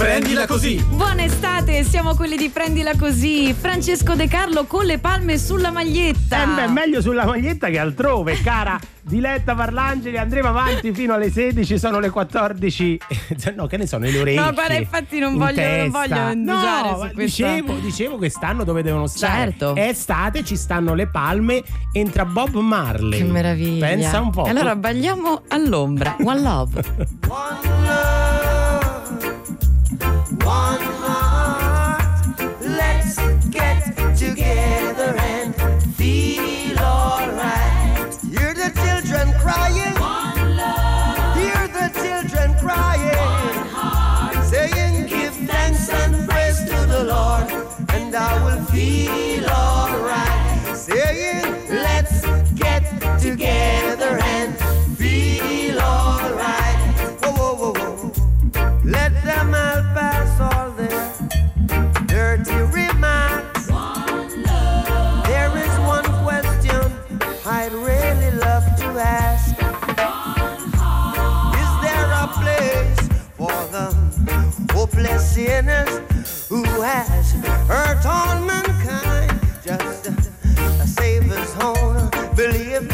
Prendila così. Buona estate, siamo quelli di Prendila così. Francesco De Carlo con le palme sulla maglietta. Beh, meglio sulla maglietta che altrove, cara Diletta Parlangeli. Andremo avanti fino alle 16, sono le 14. No, che ne sono, le orecchie. No, guarda, infatti non voglio indugiare su questa. Dicevo che stanno dove devono stare. Certo. È estate, ci stanno le palme, entra Bob Marley. Che meraviglia. Pensa un po'. Allora balliamo all'ombra. One love. One love, one heart. Let's get together and feel alright. Hear the children crying. One love. Hear the children crying. One heart. Saying, give thanks and praise to the Lord, and I will feel alright. Saying, let's get together and feel alright. Whoa, whoa, whoa, whoa. Let them all pass all their dirty remarks. One love. There is one question I'd really love to ask. One heart. Is there a place for the hopeless sinners who has hurt all mankind? Just a Savior's own belief.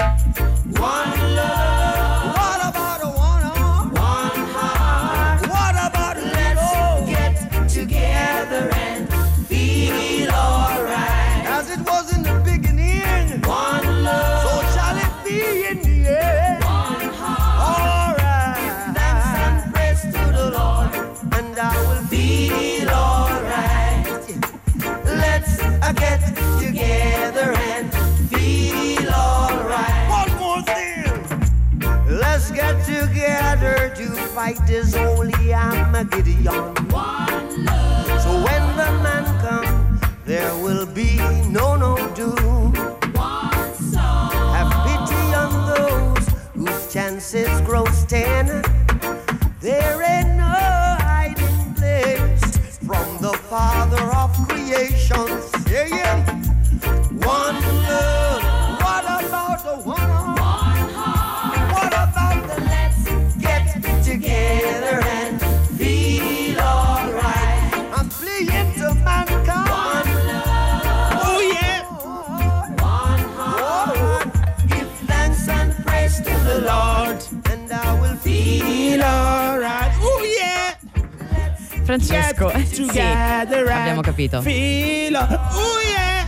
One love. What about a one heart? What about let's get together and feel alright? As it was in the beginning. One love. So shall it be in the end. One heart. Alright. Give thanks and praise to the Lord, and I will feel alright. Let's get together and feel alright. One more thing. Let's get together to fight this holy Armageddon. One love. So when the man comes, there will be no doom. One song. Have pity on those whose chances grow thin. There ain't no hiding place from the Father of creation, saying, one love. What about the one heart? What about the let's get together and feel alright? I'm fleeing to mankind. One love. Oh yeah. One heart. Give thanks and praise to the Lord, and I will feel alright. Oh yeah. Francesco, sì, Together abbiamo capito. Feel. Oh yeah.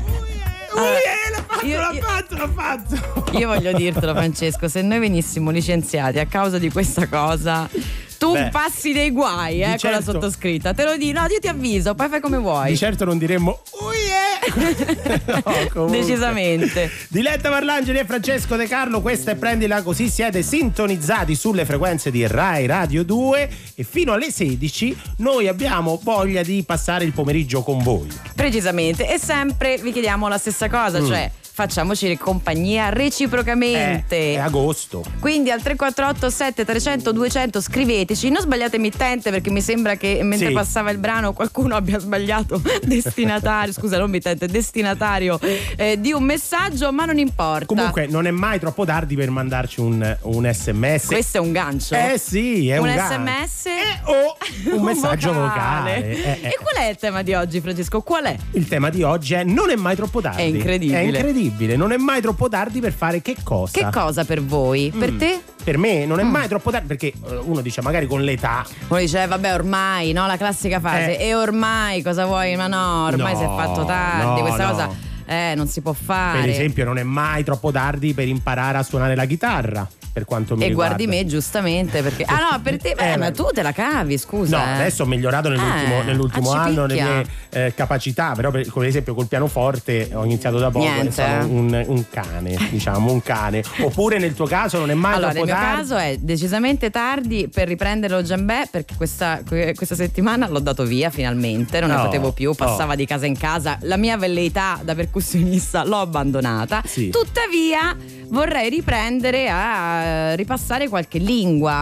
L'ha fatto. Io voglio dirtelo, Francesco, se noi venissimo licenziati a causa di questa cosa, tu passi dei guai con certo. la sottoscritta. Te lo dico, no, io ti avviso, poi fai come vuoi. Di certo non diremmo oh yeah. No, comunque. Decisamente. Diletta Parlangeli e Francesco De Carlo, questa è Prendila così, siete sintonizzati sulle frequenze di Rai Radio 2 e fino alle 16 noi abbiamo voglia di passare il pomeriggio con voi. Precisamente, e sempre vi chiediamo la stessa cosa, cioè facciamoci compagnia reciprocamente. È agosto. Quindi al 348 7300 200 scriveteci, non sbagliate mittente, perché mi sembra che mentre passava il brano qualcuno abbia sbagliato destinatario, scusa, non mittente, destinatario di un messaggio, ma non importa. Comunque non è mai troppo tardi per mandarci un SMS. Questo è un gancio. Sì, è un gancio. SMS o un messaggio vocale. E qual è il tema di oggi, Francesco? Qual è? Il tema di oggi è non è mai troppo tardi. È incredibile. Non è mai troppo tardi per fare che cosa? Che cosa per voi? Per te? Per me non è mai troppo tardi, perché uno dice magari con l'età. Uno dice vabbè ormai, no? La classica frase. E ormai cosa vuoi? Ma no, ormai si è fatto tardi. Questa cosa non si può fare. Per esempio non è mai troppo tardi per imparare a suonare la chitarra, per quanto mi riguarda. Guardi me giustamente, perché no, per te ma tu te la cavi, scusa. No, adesso ho migliorato nell'ultimo anno le mie capacità, però per esempio col pianoforte ho iniziato da poco e sono un cane, diciamo, un cane. Oppure nel tuo caso non è mai troppo tardi? Nel mio caso è decisamente tardi per riprendere lo djembè, perché questa settimana l'ho dato via finalmente, non ne potevo più, passava di casa in casa, la mia velleità da percussionista l'ho abbandonata. Tuttavia vorrei riprendere a ripassare qualche lingua.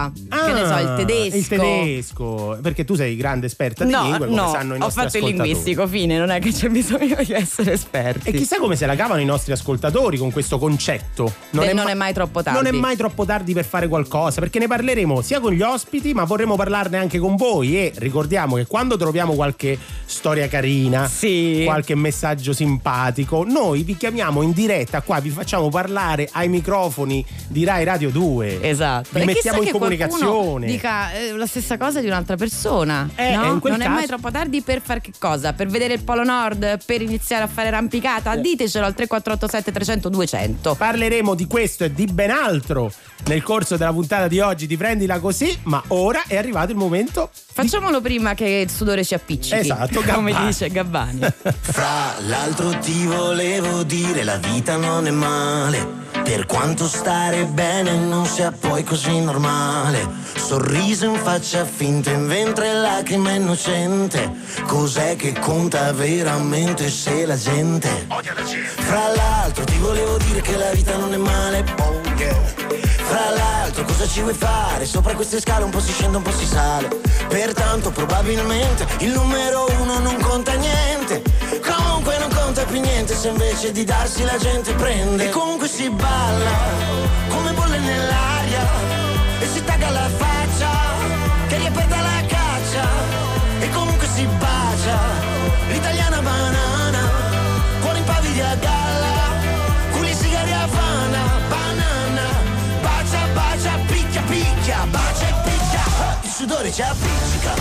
che ne so, il tedesco. Il tedesco, perché tu sei grande esperta di lingue, come sanno i nostri ho fatto il ascoltatori. linguistico, fine, non è che c'è bisogno di essere esperti. E chissà come se la cavano i nostri ascoltatori con questo concetto. Non è mai troppo tardi. Non è mai troppo tardi per fare qualcosa, perché ne parleremo sia con gli ospiti, ma vorremmo parlarne anche con voi. E ricordiamo che quando troviamo qualche storia carina, qualche messaggio simpatico, noi vi chiamiamo in diretta qua, vi facciamo parlare ai microfoni di Rai Radio 2. Esatto. Vi mettiamo in comunicazione. Dica la stessa cosa di un'altra persona. No? In quel non caso... è mai troppo tardi per far che cosa? Per vedere il Polo Nord? Per iniziare a fare arrampicata? Ditecelo al 3487 300 200. Parleremo di questo e di ben altro nel corso della puntata di oggi di Prendila Così, ma ora è arrivato il momento. Facciamolo prima che il sudore ci appiccichi. Esatto, come dice Gabbani. Fra l'altro ti volevo dire, la vita non è male, per quanto stare bene non sia poi così normale. Sorriso in faccia finta, in ventre lacrime innocente. Cos'è che conta veramente se la gente odia la gente? Fra l'altro ti volevo dire che la vita non è male, oh yeah. Fra l'altro cosa ci vuoi fare? Sopra queste scale un po' si scende, un po' si sale. Pertanto probabilmente il numero uno non conta niente. Comunque non conta più niente se invece di darsi la gente prende. E comunque si balla come bolle nell'aria e si tagga la faccia che ripeta la caccia. E comunque si bacia l'italiana banana, cuore in pavidi a galla, culi sigari a Havana, banana, bacia, bacia, picchia, picchia, bacia e picchia. Il sudore ci appiccica,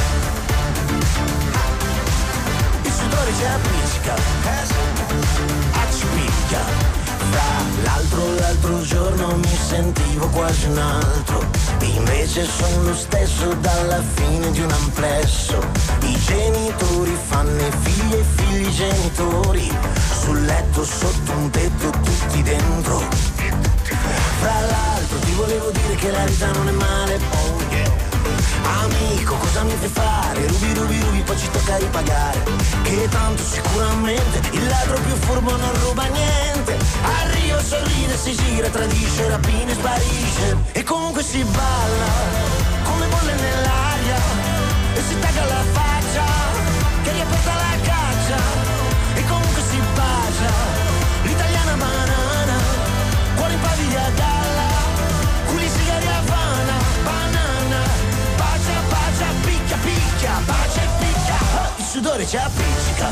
il sudore ci appiccica, ci picchia. Fra l'altro giorno mi sentivo quasi un altro, invece sono lo stesso dalla fine di un amplesso. I genitori fanno i figli e i figli genitori, sul letto sotto un tetto tutti dentro. Fra l'altro ti volevo dire che la vita non è male, oh yeah. Amico, cosa mi fai fare? Rubi, rubi, rubi, poi ci tocca ripagare. Che tanto sicuramente il ladro più furbo non ruba niente. Arriva, sorride, si gira, tradisce, rapina e sparisce. E comunque si balla come bolle nell'aria e si tagga la faccia che riaperta la caccia. E comunque si bacia l'italiana banana, cuore in pavidi a galla, culi sigari a Havana, banana, bacia, bacia, picchia, picchia, bacia e picchia. Il sudore ci appiccica,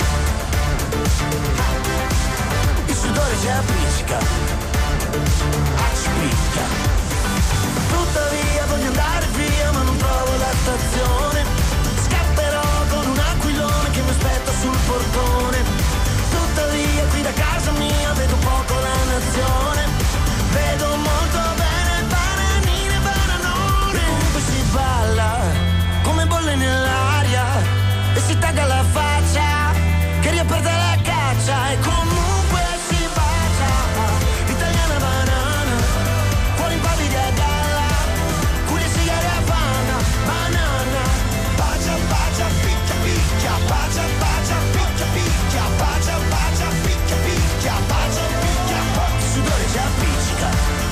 il sudore ci appiccica, ci picchia. Tuttavia voglio andare via ma non trovo la stazione. Scapperò con un aquilone che mi aspetta sul portone. Tuttavia qui da casa mia vedo poco la nazione. Vedo molto bene bananine e bananone. E comunque si balla come bolle nell'aria e si tagga la faccia che riaperta la caccia. E comunque si bacia l'italiana banana, cuore in pavidi a galla, culi e sigari a Havana, banana, bacia, bacia, picchia, picchia, bacia, bacia, picchia, picchia, bacia, bacia, picchia, picchia, bacia, picchia. Il sudore ci appiccica,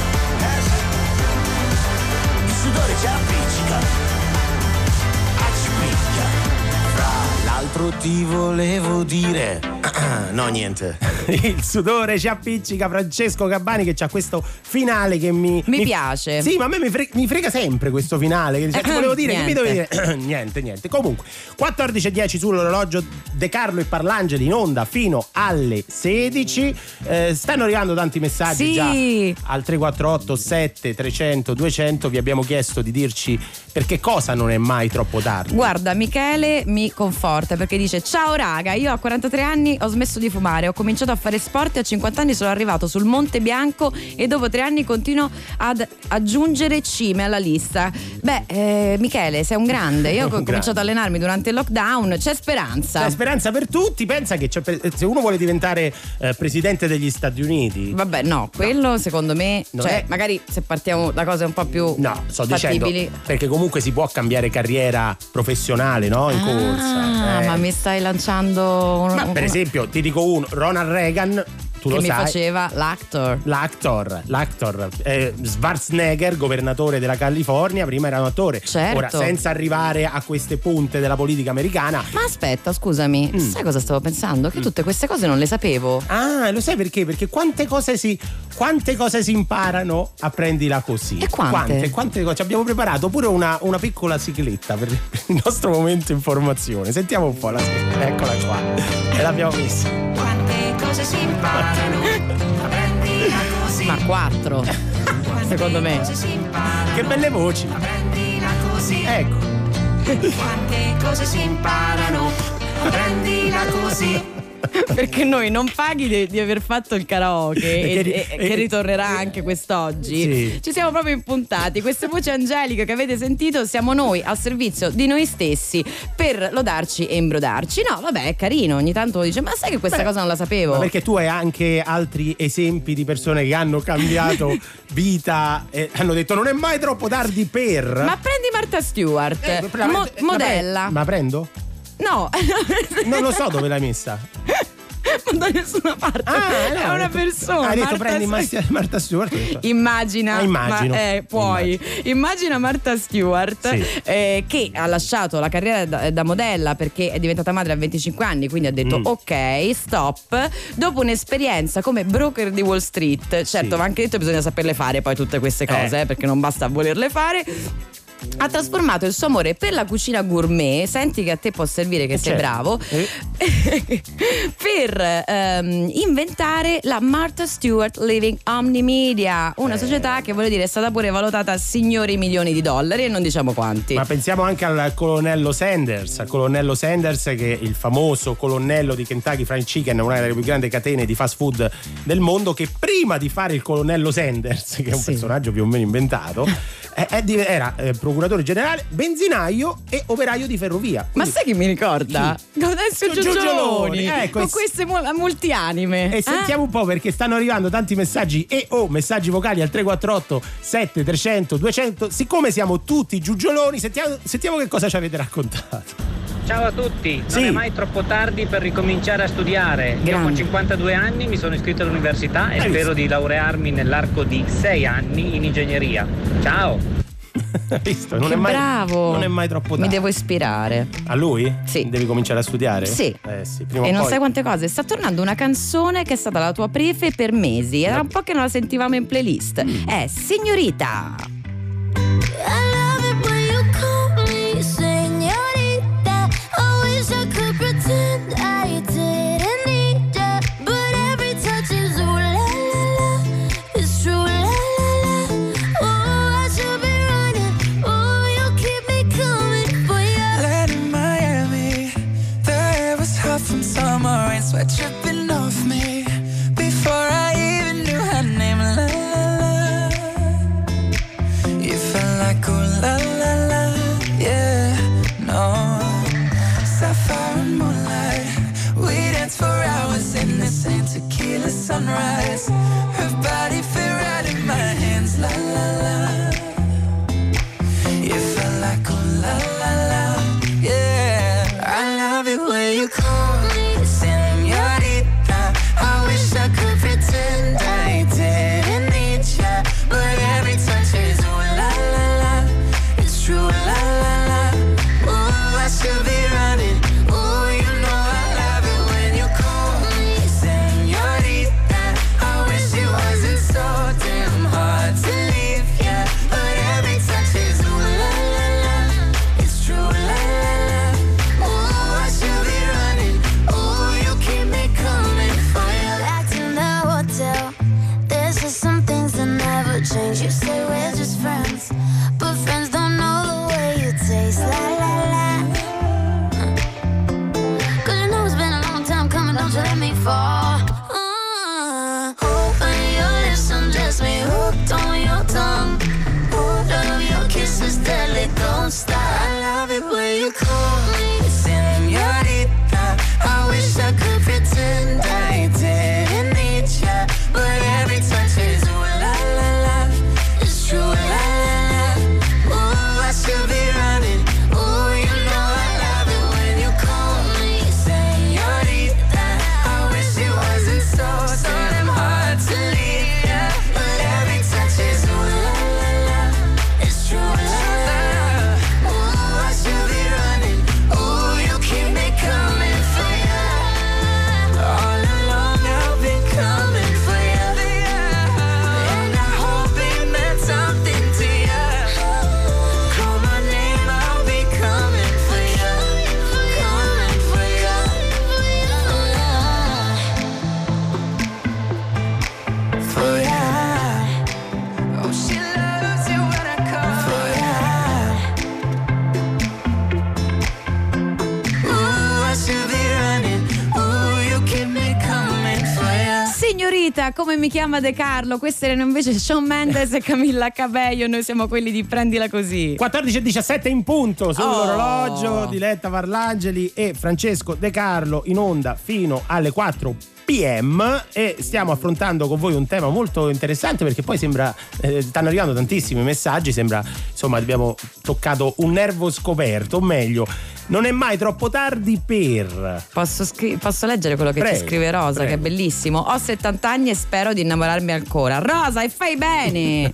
il sudore ci appiccica, ci picchia. Fra l'altro ti volevo dire, no niente. Il sudore ci appiccica. Francesco Gabbani che c'ha questo finale che mi piace. Sì, ma a me mi frega sempre questo finale. Che dice, ti volevo dire, che mi dovevi dire? niente. Comunque 14:10 sull'orologio. De Carlo e Parlangeli in onda fino alle 16. Stanno arrivando tanti messaggi già al 348 7 300 200. Vi abbiamo chiesto di dirci per che cosa non è mai troppo tardi. Guarda, Michele mi conforta perché dice: ciao raga, io a 43 anni ho smesso di fumare, ho cominciato a fare sport e a 50 anni sono arrivato sul Monte Bianco e dopo 3 anni continuo ad aggiungere cime alla lista. Beh, Michele, sei un grande. Io ho cominciato ad allenarmi durante il lockdown. C'è speranza. C'è speranza per tutti. Pensa che se uno vuole diventare presidente degli Stati Uniti, vabbè, no, quello secondo me, cioè, magari se partiamo da cose un po' più fattibili. Dicendo, perché comunque si può cambiare carriera professionale, no? In corsa. Ma mi stai lanciando per esempio, ti dico uno, Ronald Reagan tu che lo mi sai. faceva l'actor. L'actor Schwarzenegger, governatore della California, prima era un attore. Certo. Ora, senza arrivare a queste punte della politica americana. Ma aspetta, scusami, sai cosa stavo pensando? Che tutte queste cose non le sapevo. Ah, lo sai perché? Perché quante cose si imparano a prendila così. E quante cose. Abbiamo preparato pure una piccola sigletta per il nostro momento informazione. Sentiamo un po' la sigletta. Eccola qua. E l'abbiamo messa. Quante cose si imparano, prendila così. Ma 4, secondo me. Quante cose si imparano, Che belle voci. prendila così. Ecco. Quante cose si imparano, prendila così. Perché noi non paghi di aver fatto il karaoke che ritornerà anche quest'oggi. Sì. Ci siamo proprio impuntati. Queste voci angeliche che avete sentito siamo noi al servizio di noi stessi per lodarci e imbrodarci. No, vabbè, è carino. Ogni tanto dice: ma sai che questa cosa non la sapevo? Ma perché tu hai anche altri esempi di persone che hanno cambiato vita e hanno detto non è mai troppo tardi per. Ma prendi Martha Stewart, modella. Ma prendo? No, Non lo so dove l'hai messa. non da nessuna parte. No, è una persona. Hai detto Martha prendi Stewart. Martha Stewart. Ho detto. Immagina, immagino. puoi. Immagina Martha Stewart, Sì. che ha lasciato la carriera da modella perché è diventata madre a 25 anni, quindi ha detto ok, stop. Dopo un'esperienza come broker di Wall Street, certo, va anche detto, bisogna saperle fare poi tutte queste cose, perché non basta volerle fare. Ha trasformato il suo amore per la cucina gourmet, senti che a te può servire che sei bravo, per inventare la Martha Stewart Living Omnimedia, una società che, voglio dire, è stata pure valutata a signori milioni di dollari e non diciamo quanti. Ma pensiamo anche al colonnello Sanders, che è il famoso colonnello di Kentucky Fried Chicken, una delle più grandi catene di fast food del mondo, che prima di fare il colonnello Sanders, che è un personaggio più o meno inventato, era procuratore generale, benzinaio e operaio di ferrovia. Ma sai chi mi ricorda? Gaudenzio Giugioloni, ecco, con queste multianime. E sentiamo un po', perché stanno arrivando tanti messaggi messaggi vocali al 348 7300 200. Siccome siamo tutti giugioloni, sentiamo che cosa ci avete raccontato. Ciao a tutti, Sì. non è mai troppo tardi per ricominciare a studiare. Io con 52 anni mi sono iscritto all'università e spero di laurearmi nell'arco di 6 anni in ingegneria. Ciao! Visto? Che bravo! Non è mai troppo tardi. Mi devo ispirare. A lui? Sì. Devi cominciare a studiare? Sì. Sì, prima E o non poi. sai quante cose. Sta tornando una canzone che è stata la tua prefe per mesi. Era un po' che non la sentivamo in playlist. È Signorita. Sweat dripping off me before I even knew her name. La, la, la. Lolita, come mi chiama De Carlo. Questi erano invece Shawn Mendes e Camilla Cabello. Noi siamo quelli di Prendila Così. 14:17 in punto sull'orologio. Diletta Parlangeli e Francesco De Carlo in onda fino alle 4 PM e stiamo affrontando con voi un tema molto interessante, perché poi sembra stanno arrivando tantissimi messaggi, sembra insomma abbiamo toccato un nervo scoperto, o meglio, non è mai troppo tardi per... Posso leggere quello che ci scrive Rosa, che è bellissimo. Ho 70 anni e spero di innamorarmi ancora. Rosa, e fai bene!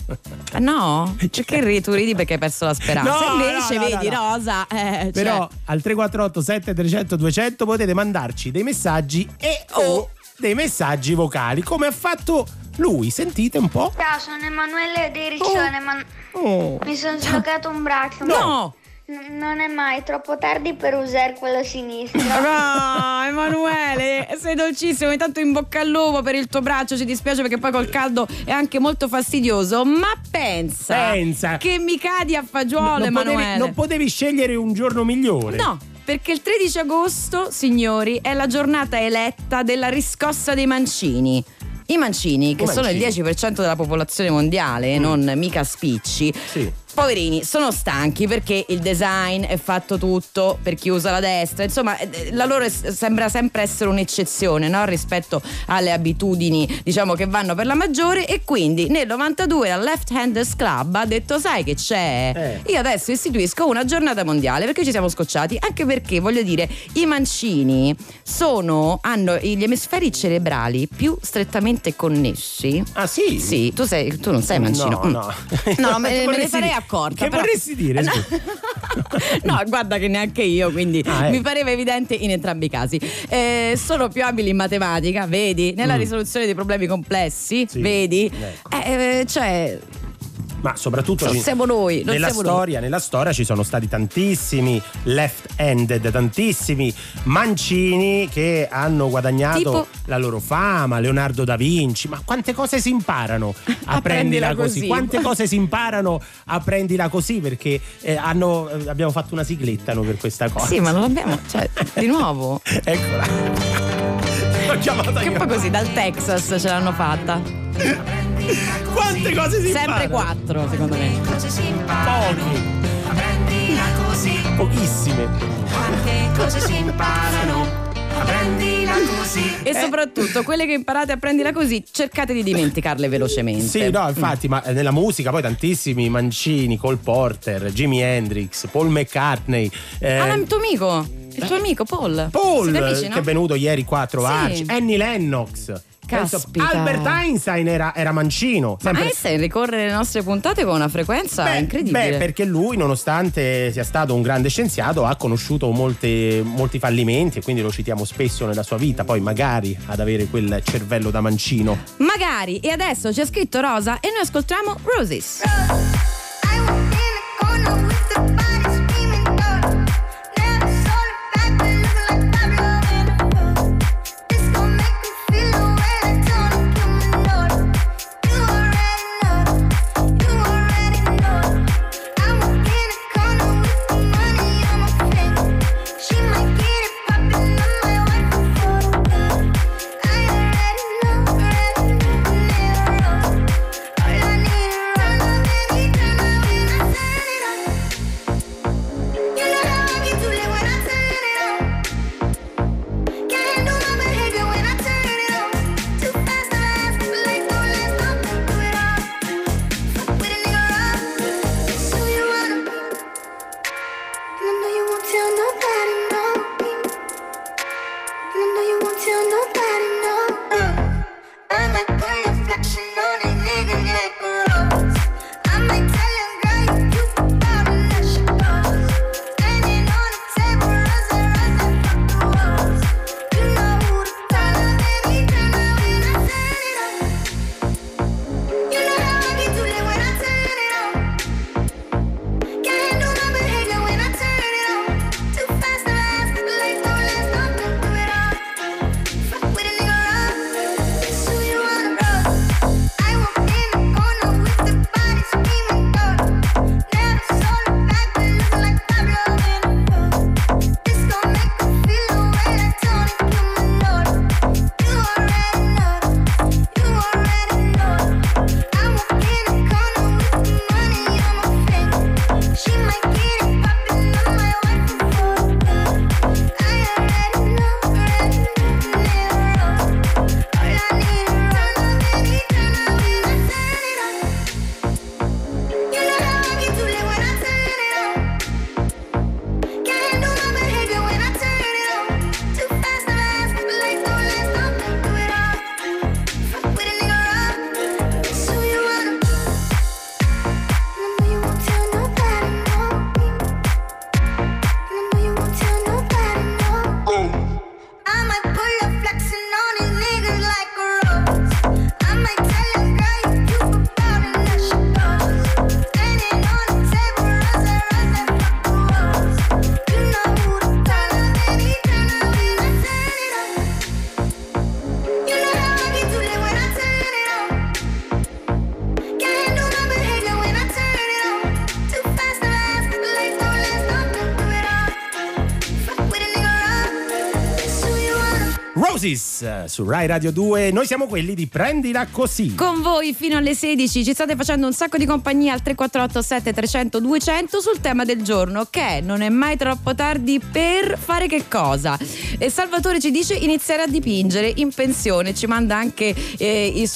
No? Perché tu ridi perché hai perso la speranza? Invece vedi Rosa però al 348 7300 200 potete mandarci dei messaggi e o dei messaggi vocali, come ha fatto lui. Sentite un po'. Ciao, sono Emanuele di Riccione, ma mi sono sbloccato un braccio. No! Non è mai troppo tardi per usare quello sinistro. No, Emanuele, sei dolcissimo. Intanto in bocca al lupo per il tuo braccio. Ci dispiace perché poi col caldo è anche molto fastidioso. Ma pensa che mi cadi a fagiolo, Emanuele. Non potevi scegliere un giorno migliore. No, perché il 13 agosto, signori, è la giornata eletta della riscossa dei mancini. I mancini, che sono il 10% della popolazione mondiale, non mica spicci. Sì. Poverini, sono stanchi perché il design è fatto tutto per chi usa la destra, insomma la loro sembra sempre essere un'eccezione, no? Rispetto alle abitudini, diciamo, che vanno per la maggiore, e quindi nel 92 la Left Handers Club ha detto: sai che c'è? Io adesso istituisco una giornata mondiale, perché ci siamo scocciati, anche perché, voglio dire, i mancini hanno gli emisferi cerebrali più strettamente connessi. Ah sì? Sì, tu non sei mancino. No, me ne farei accorta. Che però... vorresti dire? No, guarda che neanche io, quindi mi pareva evidente in entrambi i casi. Sono più abili in matematica, vedi? Nella risoluzione dei problemi complessi, vedi? Cioè... Ma soprattutto siamo noi, nella storia ci sono stati tantissimi left-handed, tantissimi mancini che hanno guadagnato la loro fama. Leonardo da Vinci. Ma quante cose si imparano a prendila così? Quante cose si imparano a prendila così? Perché abbiamo fatto una sigletta noi per questa cosa. Sì, ma non l'abbiamo, cioè, di nuovo. Eccola. L'ho chiamata che poi così dal Texas ce l'hanno fatta. Quante cose si imparano? Sempre 4, secondo me. Pochissime. Quante cose si imparano. Apprendila così. E soprattutto quelle che imparate a prendila così, cercate di dimenticarle velocemente. Sì, no, infatti, ma nella musica poi tantissimi mancini: Cole Porter, Jimi Hendrix, Paul McCartney. Il tuo amico, Paul, amici, no? Che è venuto ieri qua a trovarci. Annie Lennox. Caspita. Albert Einstein era mancino. Ma Einstein ricorre le nostre puntate con una frequenza incredibile. Perché lui, nonostante sia stato un grande scienziato, ha conosciuto molti fallimenti, e quindi lo citiamo spesso nella sua vita. Poi magari ad avere quel cervello da mancino. Magari. E adesso ci ha scritto Rosa e noi ascoltiamo Roses. All I need is run on any time. Roses su Rai Radio 2. Noi siamo quelli di Prendila Così. Con voi fino alle 16 ci state facendo un sacco di compagnia al 348 7300 200 sul tema del giorno, che non è mai troppo tardi per fare che cosa? E Salvatore ci dice iniziare a dipingere in pensione, ci manda anche le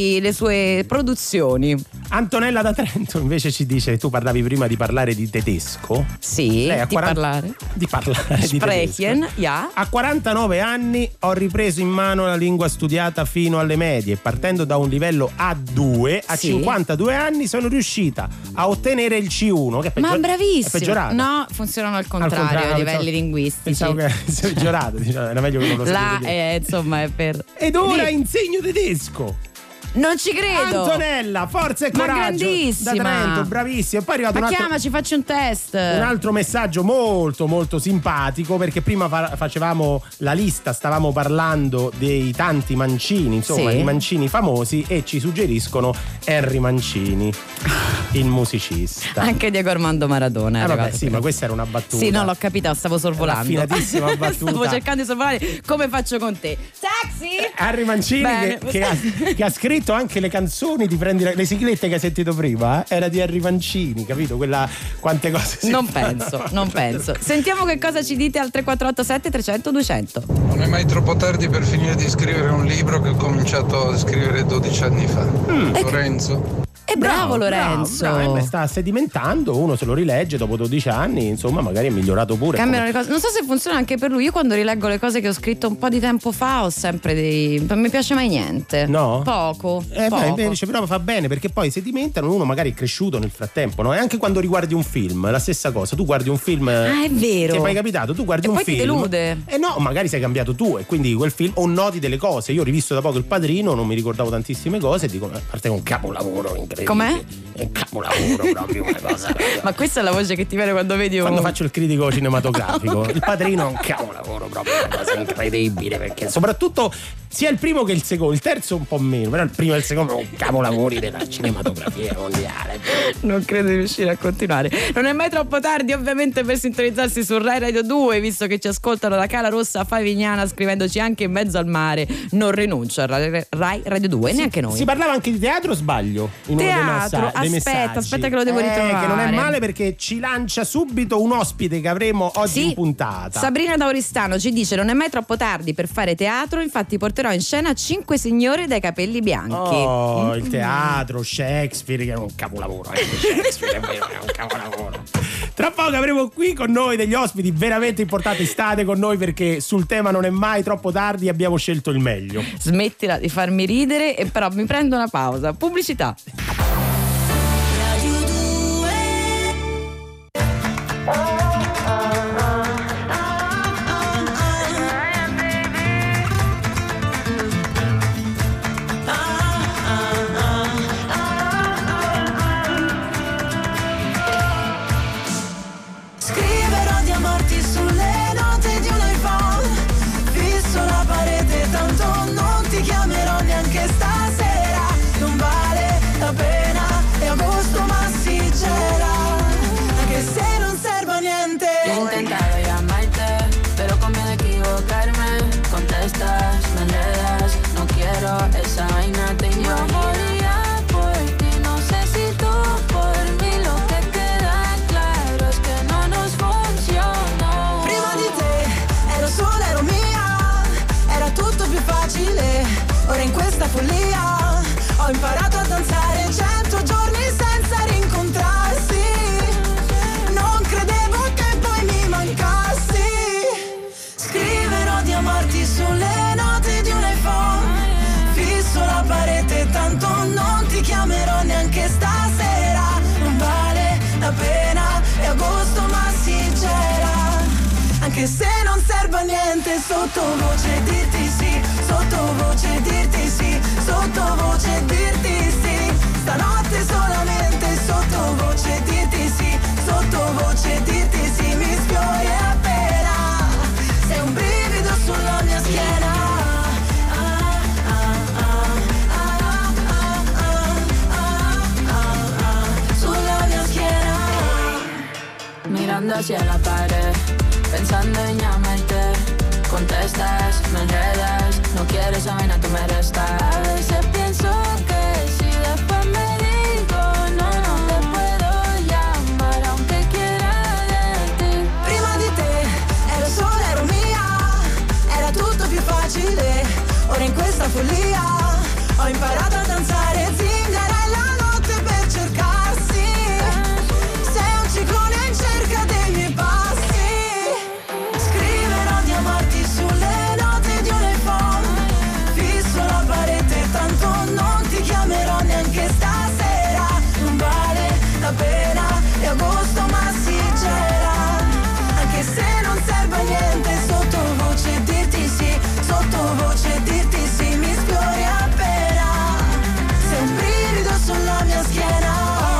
sue produzioni. Antonella da Trento invece ci dice: tu parlavi prima di parlare di tedesco. Sì, Lei di parlare di Sprechen, tedesco. ja. A 49 anni ho ripreso in mano la lingua studiata fino alle medie, partendo da un livello A2 a 52 anni sono riuscita a ottenere il C1, che è ma bravissimo. È peggiorato. No, funzionano al contrario, a livelli linguistici. Pensavo che sia peggiorato, diciamo, era meglio che non lo sapevo. Insomma, è per. Ed ora insegno tedesco. Non ci credo. Antonella, forza e coraggio. Ma grandissima. Da Trento, bravissima. E poi è arrivato ma chiamaci, facci un test. Un altro messaggio molto molto simpatico, perché prima facevamo la lista, stavamo parlando dei tanti Mancini, insomma, i Mancini famosi, e ci suggeriscono Henry Mancini, il musicista. Anche Diego Armando Maradona. Vabbè, sì, ma questa era una battuta. Sì, no, l'ho capita, stavo sorvolando. Raffinatissima battuta. Stavo cercando di sorvolare come faccio con te. Taxi! Henry Mancini che ha scritto anche le canzoni di le siglette che hai sentito prima, era di Henry Mancini, capito? Quella, quante cose non penso. Sentiamo che cosa ci dite al 3487 300 200. Non è mai troppo tardi per finire di scrivere un libro che ho cominciato a scrivere 12 anni fa. Lorenzo. E bravo Lorenzo. Bravo, sta sedimentando, uno se lo rilegge dopo 12 anni, insomma, magari è migliorato pure. Cambiano le cose. Non so se funziona anche per lui. Io quando rileggo le cose che ho scritto un po' di tempo fa ho sempre non mi piace mai niente. No? Poco. Invece però fa bene, perché poi sedimentano, uno magari è cresciuto nel frattempo, no? E anche quando riguardi un film, la stessa cosa. Tu guardi un film. Ah, è vero. Ti è mai capitato? Tu guardi un poi film. Ti delude. No, magari sei cambiato tu, e quindi quel film o noti delle cose. Io ho rivisto da poco Il Padrino, non mi ricordavo tantissime cose, e dico, a parte un capolavoro incredibile. Com'è? È un capolavoro proprio, una cosa. Ma questa è la voce che ti viene quando vedi quando faccio il critico cinematografico. Okay. Il Padrino è un capolavoro proprio, una cosa incredibile, perché soprattutto sia il primo che il secondo, il terzo un po' meno, però il primo e il secondo sono capolavori della cinematografia mondiale. Non credo di riuscire a continuare. Non è mai troppo tardi ovviamente per sintonizzarsi su Rai Radio 2, visto che ci ascoltano da Cala Rossa a Favignana, scrivendoci anche in mezzo al mare. Non rinuncio a Rai Radio 2, neanche noi. Si parlava anche di teatro o sbaglio? Teatro, aspetta che lo devo ritrovare. Che non è male, perché ci lancia subito un ospite che avremo oggi in puntata. Sabrina da Oristano ci dice: non è mai troppo tardi per fare teatro, infatti porterò in scena 5 signore dai capelli bianchi. Il teatro, Shakespeare, che è un capolavoro. Shakespeare è vero, è un capolavoro. Tra poco avremo qui con noi degli ospiti veramente importanti. State con noi, perché sul tema non è mai troppo tardi abbiamo scelto il meglio. Smettila di farmi ridere, e però mi prendo una pausa. Pubblicità. Esa vaina te yo moría por ti, no sé si tú por mí. Lo que queda claro es que no nos funzionò. Prima di te ero sola, ero mia, era tutto più facile. Ora in questa follia ho imparato a danzare 100 giorni senza rincontrarsi. Non credevo che poi mi mancassi. Scriverò di amarti sulle note di un iPhone. Fisso la parete, tanto non ti chiamerò neanche stasera. Non vale la pena, è agosto ma si gela. Anche se non serve a niente, sottovoce dirti sì, sottovoce dirti sì, sottovoce dirti sì. Stanotte solamente sottovoce dirti sì, sottovoce dirti sì. Mi sfiori appena, sei un brivido sulla mia schiena. Mirando hacia la pared, pensando en llamarte. contestas, me enredas, no quieres esa vaina, tú me restas. A veces pienso que si después me digo no, no te puedo llamar aunque quiera de ti. Prima di te ero sola, ero mia, era tutto più facile. Ora in questa follia ho imparato a danzare zingarella notte per cercarsi. Sei un ciclone in cerca dei miei passi. Scriverò di amarti sulle note di un iPhone. Fisso la parete, tanto non ti chiamerò neanche stasera. Non vale la pena di agosto ma si gela. Anche se non serve a niente, sottovoce dirti sì, sottovoce dirti sì, mi sfiori appena. Sei un brivido sulla mia schiena.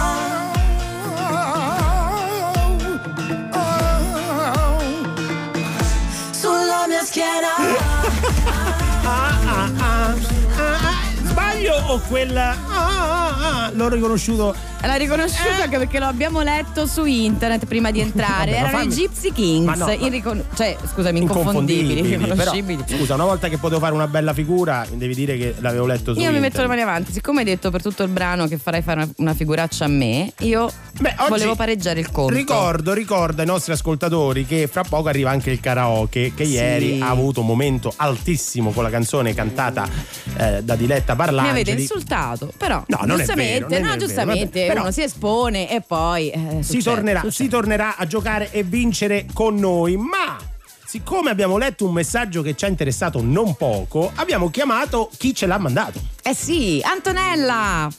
Sulla mia schiena. Sbaglio o quella l'ho riconosciuto? L'ha riconosciuto anche perché lo abbiamo letto su internet prima di entrare. Vabbè, erano i Gypsy Kings, Ma no. Scusami, inconfondibili, irriconoscibili. Però, scusa, una volta che potevo fare una bella figura, devi dire che l'avevo letto su Io mi internet. metto le mani avanti, siccome hai detto per tutto il brano che farai fare una figuraccia a me, io oggi volevo pareggiare il conto. Ricordo ai nostri ascoltatori che fra poco arriva anche il karaoke, che ieri ha avuto un momento altissimo con la canzone cantata da Diletta Parlangeli. Mi avete insultato, però no, non giustamente, è vero, giustamente però uno si espone e poi si tornerà a giocare e vincere con noi, ma siccome abbiamo letto un messaggio che ci ha interessato non poco, abbiamo chiamato chi ce l'ha mandato. Eh sì, Antonella!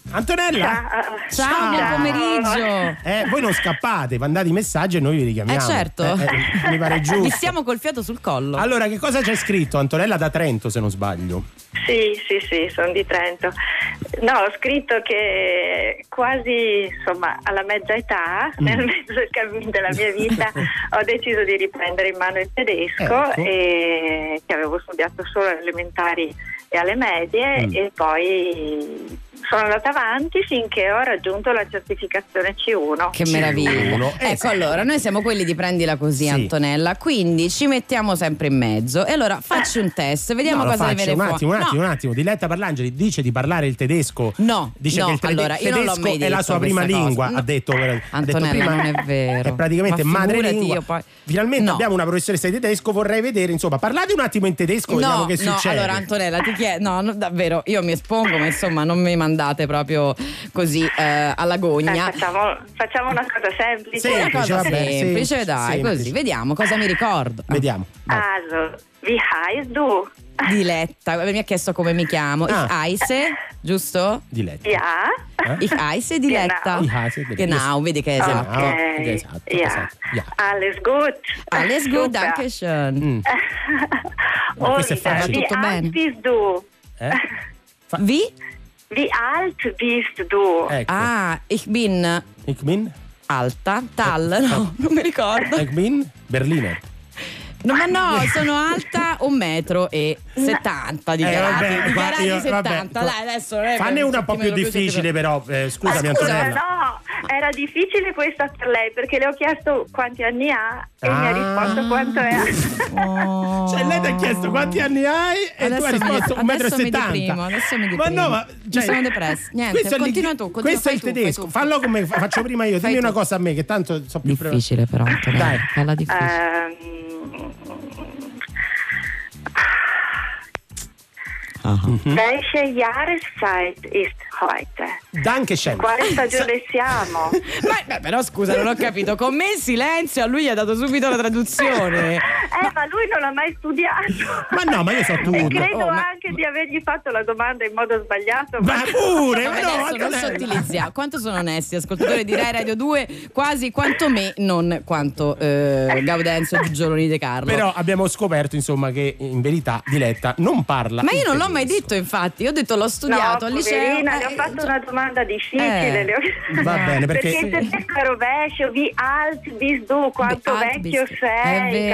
Ciao, buon pomeriggio! Voi non scappate, mandate i messaggi e noi vi richiamiamo. Certo. Mi pare giusto. Vi stiamo col fiato sul collo. Allora, che cosa c'è scritto? Antonella da Trento, se non sbaglio. Sì, sono di Trento. No, ho scritto che quasi, insomma, alla mezza età, nel mezzo del cammino della mia vita, ho deciso di riprendere in mano il tedesco, e che avevo studiato solo alle elementari e alle medie, e poi sono andata avanti finché ho raggiunto la certificazione C1. Che meraviglia. Ecco, allora, noi siamo quelli di prendila così, sì. Antonella, quindi ci mettiamo sempre in mezzo. E allora facci un test, vediamo cosa ne viene fuori. Un attimo. Diletta Parlangeli dice di parlare il tedesco. Dice che il tedesco è la sua prima lingua. Ha detto Antonella, prima, non è vero. È praticamente madrelingua. Poi... Finalmente abbiamo una professoressa di tedesco, vorrei vedere, insomma, parlate un attimo in tedesco, vediamo che succede. Allora, Antonella, ti chiedo, davvero, io mi espongo, ma insomma, non mi mandate proprio così alla gogna. Facciamo una cosa semplice. Una cosa semplice, dai, semplice. Così vediamo cosa mi ricordo. Vediamo. Also, wie heißt du? Diletta, mi ha chiesto come mi chiamo. Ich heiße, giusto? Diletta. Ja. Ich heiße Diletta. Genau, vedi che è esatto. Okay. Esatto. Ja. Alles gut. Alles gut, danke schön. Questo è facile. Wie alt bist du? Wie alt bist du? Ecco. Ich bin alta, no, non mi ricordo. Ich bin Berliner. No, ma no, sono alta 1,70 metri. Dichiarati 70. Dai, adesso fanne una un po' più difficile, però. Scusami, Antonella. No, era difficile questa per lei, perché le ho chiesto quanti anni ha e mi ha risposto quanto è. Cioè, lei ti ha chiesto quanti anni hai e tu hai risposto 1,70 metri. Adesso mi deprimo. Ma no, mi sono depressa. Niente, continua tu. Questo è il tedesco. Fallo come faccio prima io. Dimmi una cosa a me, che tanto so più difficile, però. Dai, falla difficile. Welche Jahreszeit ist heute? Dankeschön. Quale stagione siamo? Ma però scusa, non ho capito. Con me in silenzio, a lui gli ha dato subito la traduzione. Ma lui non l'ha mai studiato. Ma no, ma io so tutto. E credo anche di avergli fatto la domanda in modo sbagliato. Ma pure, ma adesso non sottilizziamo. Quanto sono onesti ascoltatori di Rai Radio 2, quasi quanto me, non quanto Gaudenzio Gioroni De Carlo. Però abbiamo scoperto, insomma, che in verità Diletta non parla. Ma io non l'ho mai detto, infatti. Io ho detto l'ho studiato al liceo. Le ho fatto una domanda difficile. Va bene, perché il tedesco è rovescio, wie alt bist du, quanto vecchio sei, capito?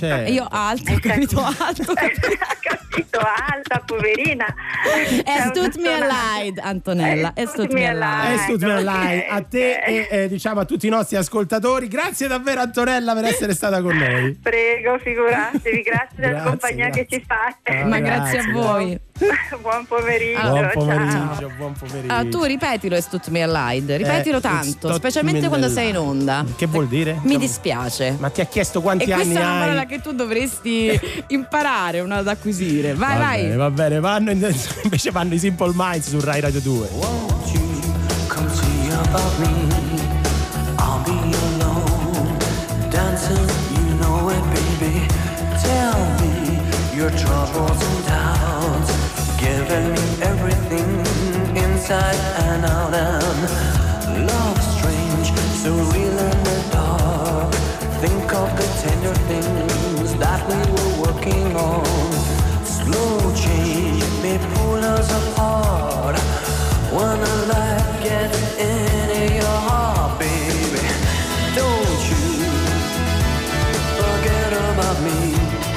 certo. Io alto, ho capito alto. Capito, alta, poverina. Es tut mir leid, Antonella. Es tut mir leid. A te e diciamo a tutti i nostri ascoltatori. Grazie davvero, Antonella, per essere stata con noi. Prego, figuratevi, grazie della compagnia che ci fate. Ma grazie a voi. Buon pomeriggio. Buon pomeriggio. Tu ripetilo, es tut mir leid. Ripetilo tanto, specialmente quando sei in onda. Che vuol dire? Mi dispiace. Ma ti ha chiesto quanti anni hai? Questa è una parola che tu dovresti imparare, una da acquisire. Vai. Va bene, invece vanno i Simple Minds su Rai Radio 2. Won't you come see about me? I'll be alone, dancing, you know it, baby. Tell me your troubles and doubts, giving me everything inside and out. And love strange, so real in the dark. Think of the tender things that we were working on. Slow change may pull us apart when the light gets into your heart, baby. Don't you forget about me.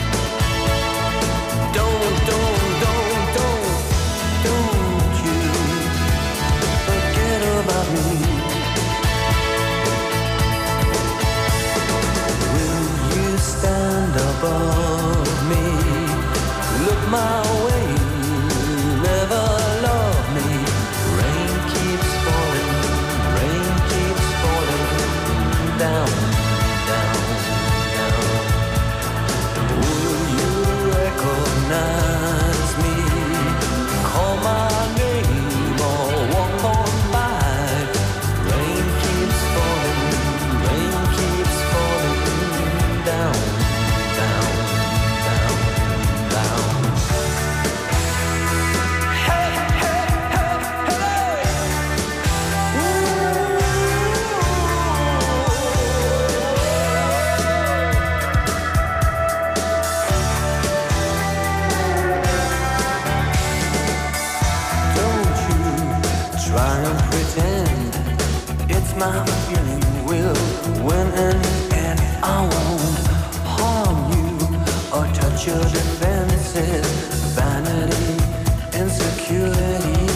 Don't you forget about me. Will you stand above me? Look my way, never love me. Rain keeps falling down, down, down. Will you recognize me? Call my name or walk on by. Rain keeps falling down, down, down, down. Try and pretend it's my feeling will win in the end. I won't harm you or touch your defenses. Vanity, insecurity.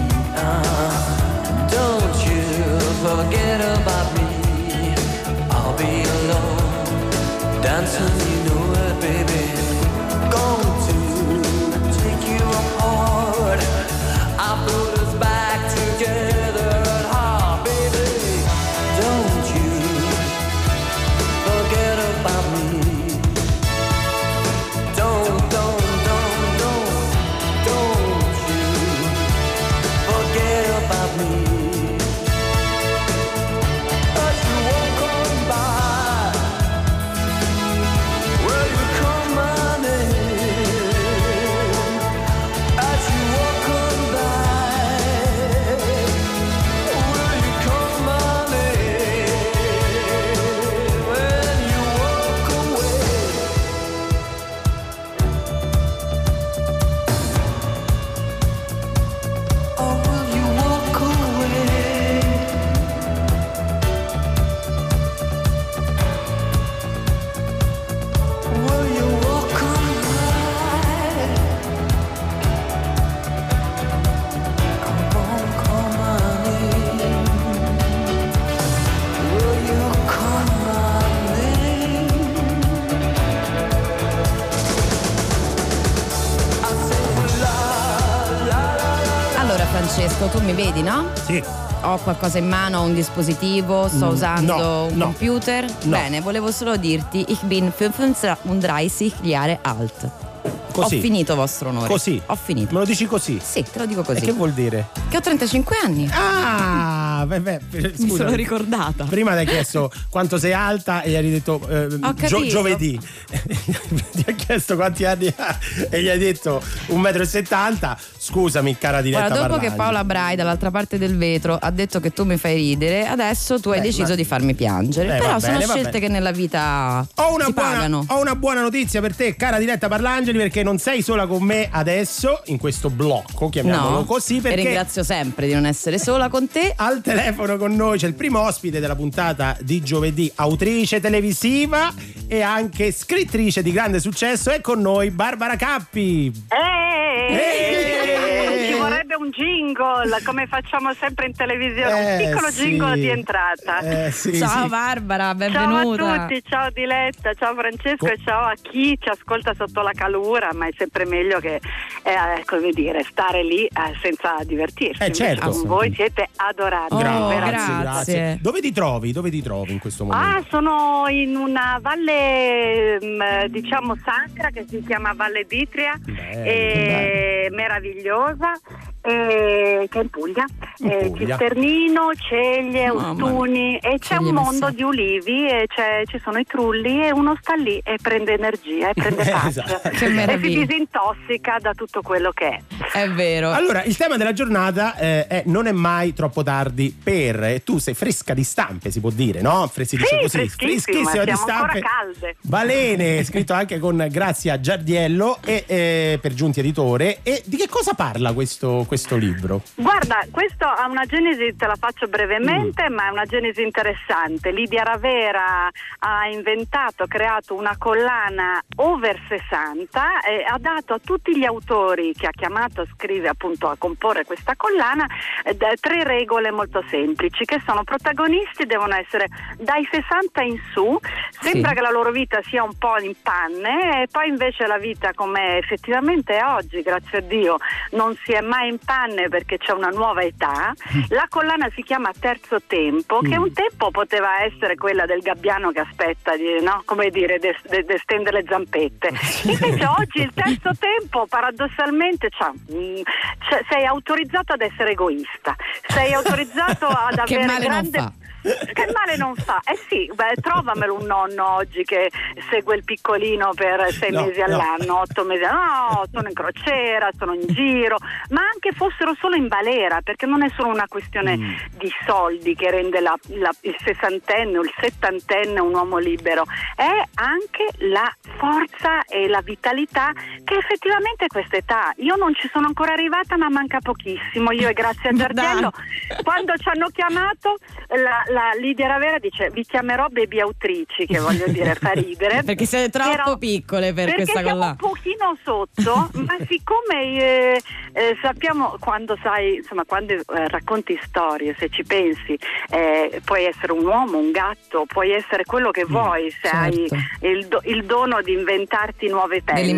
Don't you forget about me. I'll be alone, dancing, you know it, baby. Going to take you apart. I put us back together at heart, baby. Don't you forget about me. Don't you forget about me. As you walk on by, will you call my name? As you walk on by, will you call my name? When you walk away, or will you walk away? Will you walk on by? Come on, call my name. Will you call my name? I say la. Allora Francesco, tu mi vedi, no? Sì. Ho qualcosa in mano, un dispositivo, sto usando un computer. Bene, volevo solo dirti, ich bin 35 Jahre alt. Così. Ho finito, vostro onore. Così. Ho finito. Me lo dici così? Sì, te lo dico così. E che vuol dire? Che ho 35 anni. Scusa, mi sono ricordata. Prima ti hai chiesto quanto sei alta e gli hai detto giovedì. Ti ha chiesto quanti anni ha e gli hai detto 1,70 m. Scusami, cara diretta. Guarda, dopo Parlangeli. che Paola Brai dall'altra parte del vetro ha detto che tu mi fai ridere, adesso tu hai deciso di farmi piangere. Però sono scelte che nella vita si pagano. Ho una buona notizia per te, cara diretta Parlangeli, perché non sei sola con me adesso in questo blocco, chiamiamolo così, perché e ringrazio sempre di non essere sola con te. Al telefono con noi c'è il primo ospite della puntata di giovedì, autrice televisiva e anche scrittrice di grande successo. È con noi Barbara Cappi. Ci vorrebbe un jingle, come facciamo sempre in televisione, un piccolo jingle di entrata. Ciao Barbara, benvenuta. Ciao a tutti, ciao Diletta, ciao Francesco e ciao a chi ci ascolta sotto la calura, ma è sempre meglio che come dire, stare lì senza divertirsi. Certo. Voi siete adorati. Grazie. Dove ti trovi in questo momento? Sono in una valle diciamo sacra che si chiama Valle d'Itria, meravigliosa, che è in Puglia, Cisternino, Ceglie, Ustuni, e c'è un mondo di ulivi e ci sono i trulli e uno sta lì e prende energia e prende pace e si disintossica da tutto quello che è vero. Allora, il tema della giornata è non è mai troppo tardi per, tu sei fresca di stampe, si può dire, no? Si dice così, freschissima di stampe, ancora calde. Balene, scritto anche con Grazia Giardiello e per Giunti Editore. E di che cosa parla questo libro? Guarda, questo ha una genesi, te la faccio brevemente, ma è una genesi interessante. Lidia Ravera ha creato una collana over 60 e ha dato a tutti gli autori che ha chiamato a scrivere, appunto a comporre questa collana, 3 regole molto semplici, che sono: protagonisti devono essere dai 60 in su, sembra che la loro vita sia un po' in panne, e poi invece la vita come effettivamente è oggi, grazie a Dio, non si è mai in panne perché c'è una nuova età. La collana si chiama Terzo Tempo, che un tempo poteva essere quella del gabbiano che aspetta di, no? Come dire, stendere le zampette. Invece oggi il terzo tempo paradossalmente sei autorizzato ad essere egoista, sei autorizzato ad avere grande... Che male non fa? Sì, trovamelo un nonno oggi che segue il piccolino per 6 mesi all'anno, 8 mesi. No, sono in crociera, sono in giro, ma anche fossero solo in balera, perché non è solo una questione di soldi che rende il 60enne o il 70enne un uomo libero, è anche la forza e la vitalità che effettivamente questa età. Io non ci sono ancora arrivata, ma manca pochissimo. Io e Grazia Giardiello, quando ci hanno chiamato, la Lidia Ravera dice: vi chiamerò baby autrici, che voglio dire, fa ridere perché siete troppo piccole per questa cosa. Perché siamo un pochino sotto, ma siccome sappiamo, quando racconti storie, se ci pensi, puoi essere un uomo, un gatto, puoi essere quello che vuoi, se hai il dono di inventarti nuove pelli. E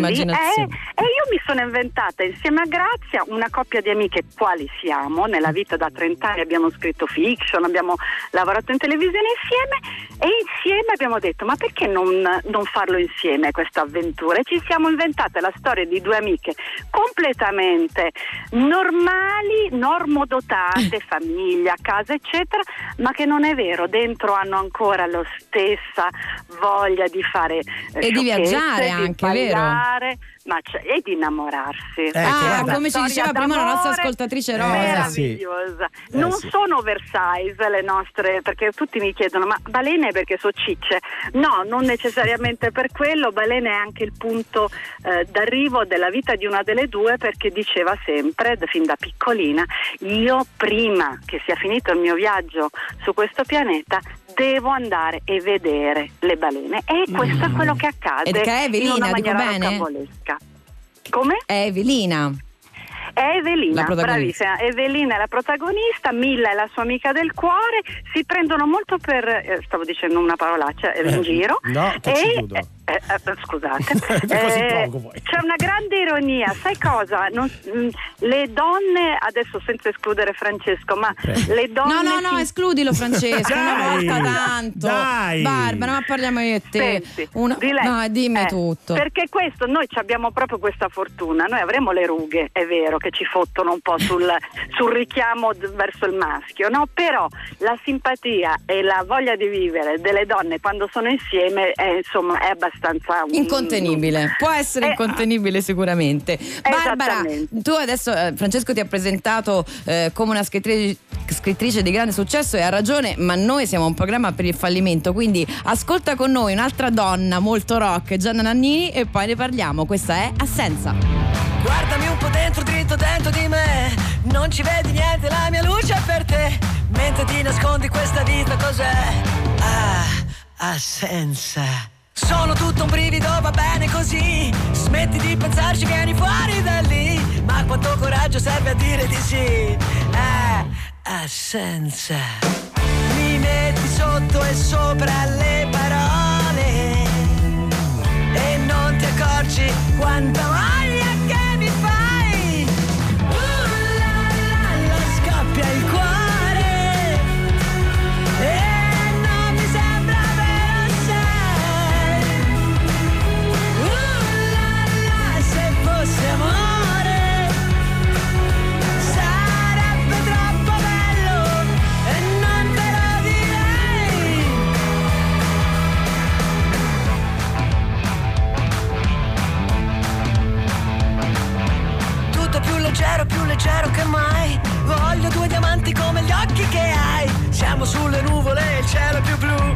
io mi sono inventata insieme a Grazia una coppia di amiche, quali siamo nella vita da 30 anni, abbiamo scritto fiction, abbiamo lavorato in televisione insieme, e insieme abbiamo detto: ma perché non farlo insieme questa avventura? E ci siamo inventate la storia di 2 amiche completamente normali, normodotate, famiglia, casa eccetera, ma che non è vero, dentro hanno ancora la stessa voglia di fare e di viaggiare anche, vero? E di innamorarsi. Come ci diceva prima la nostra ascoltatrice Rosa, meravigliosa. Non sono oversize le nostre, perché tutti mi chiedono: ma balene perché so cicce? No, non necessariamente per quello. Balene è anche il punto d'arrivo della vita di una delle due, perché diceva sempre, fin da piccolina: io prima che sia finito il mio viaggio su questo pianeta devo andare e vedere le balene, e questo è quello che accade. Ed che è Evelina, in una dico maniera bene? rocambolesca. Come? È Evelina. È Evelina, bravissima. Evelina è la protagonista, Milla è la sua amica del cuore, si prendono molto per, stavo dicendo una parolaccia, in giro. No, che scusate. C'è una grande ironia, sai cosa? Le donne, adesso senza escludere Francesco, ma le donne... No, escludilo Francesco, una volta tanto. Dai. Barbara, ma parliamo io e te. Di lei. Dimmi tutto. Perché questo, noi abbiamo proprio questa fortuna, noi avremo le rughe, è vero, che ci fottono un po' sul richiamo verso il maschio, no? Però la simpatia e la voglia di vivere delle donne quando sono insieme è abbastanza incontenibile. Può essere incontenibile sicuramente. Barbara, tu adesso Francesco ti ha presentato come una scrittrice di grande successo, e ha ragione, ma noi siamo un programma per il fallimento, quindi ascolta con noi un'altra donna molto rock, Gianna Nannini, e poi ne parliamo. Questa è Assenza. Guardami un po' dentro, dritto dentro di me, non ci vedi niente, la mia luce è per te, mentre ti nascondi questa vita cos'è? Assenza. Sono tutto un brivido, va bene così. Smetti di pensarci, vieni fuori da lì. Ma quanto coraggio serve a dire di sì? Assenza. Mi metti sotto e sopra le parole e non ti accorgi quanta voglia che mi fai. La la la, scoppia il cuore e non mi sembra vero, sai. La la, se fosse amore sarebbe troppo bello e non te lo direi. Tutto più leggero che mai. Voglio due diamanti come gli occhi che hai. Siamo sulle nuvole, il cielo è più blu.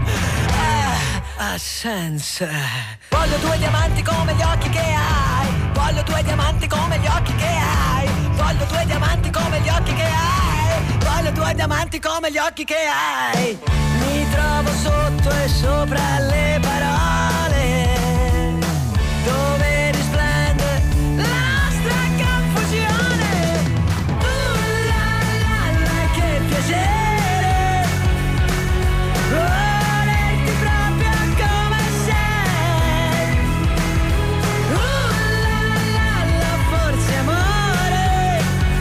Assenza. Voglio due diamanti come gli occhi che hai. Voglio due diamanti come gli occhi che hai. Voglio due diamanti come gli occhi che hai. Voglio due diamanti come gli occhi che hai. Mi trovo sotto e sopra le parole dove risplende la nostra confusione. La la la, che piacere volerti proprio come sei. La la la, forse amore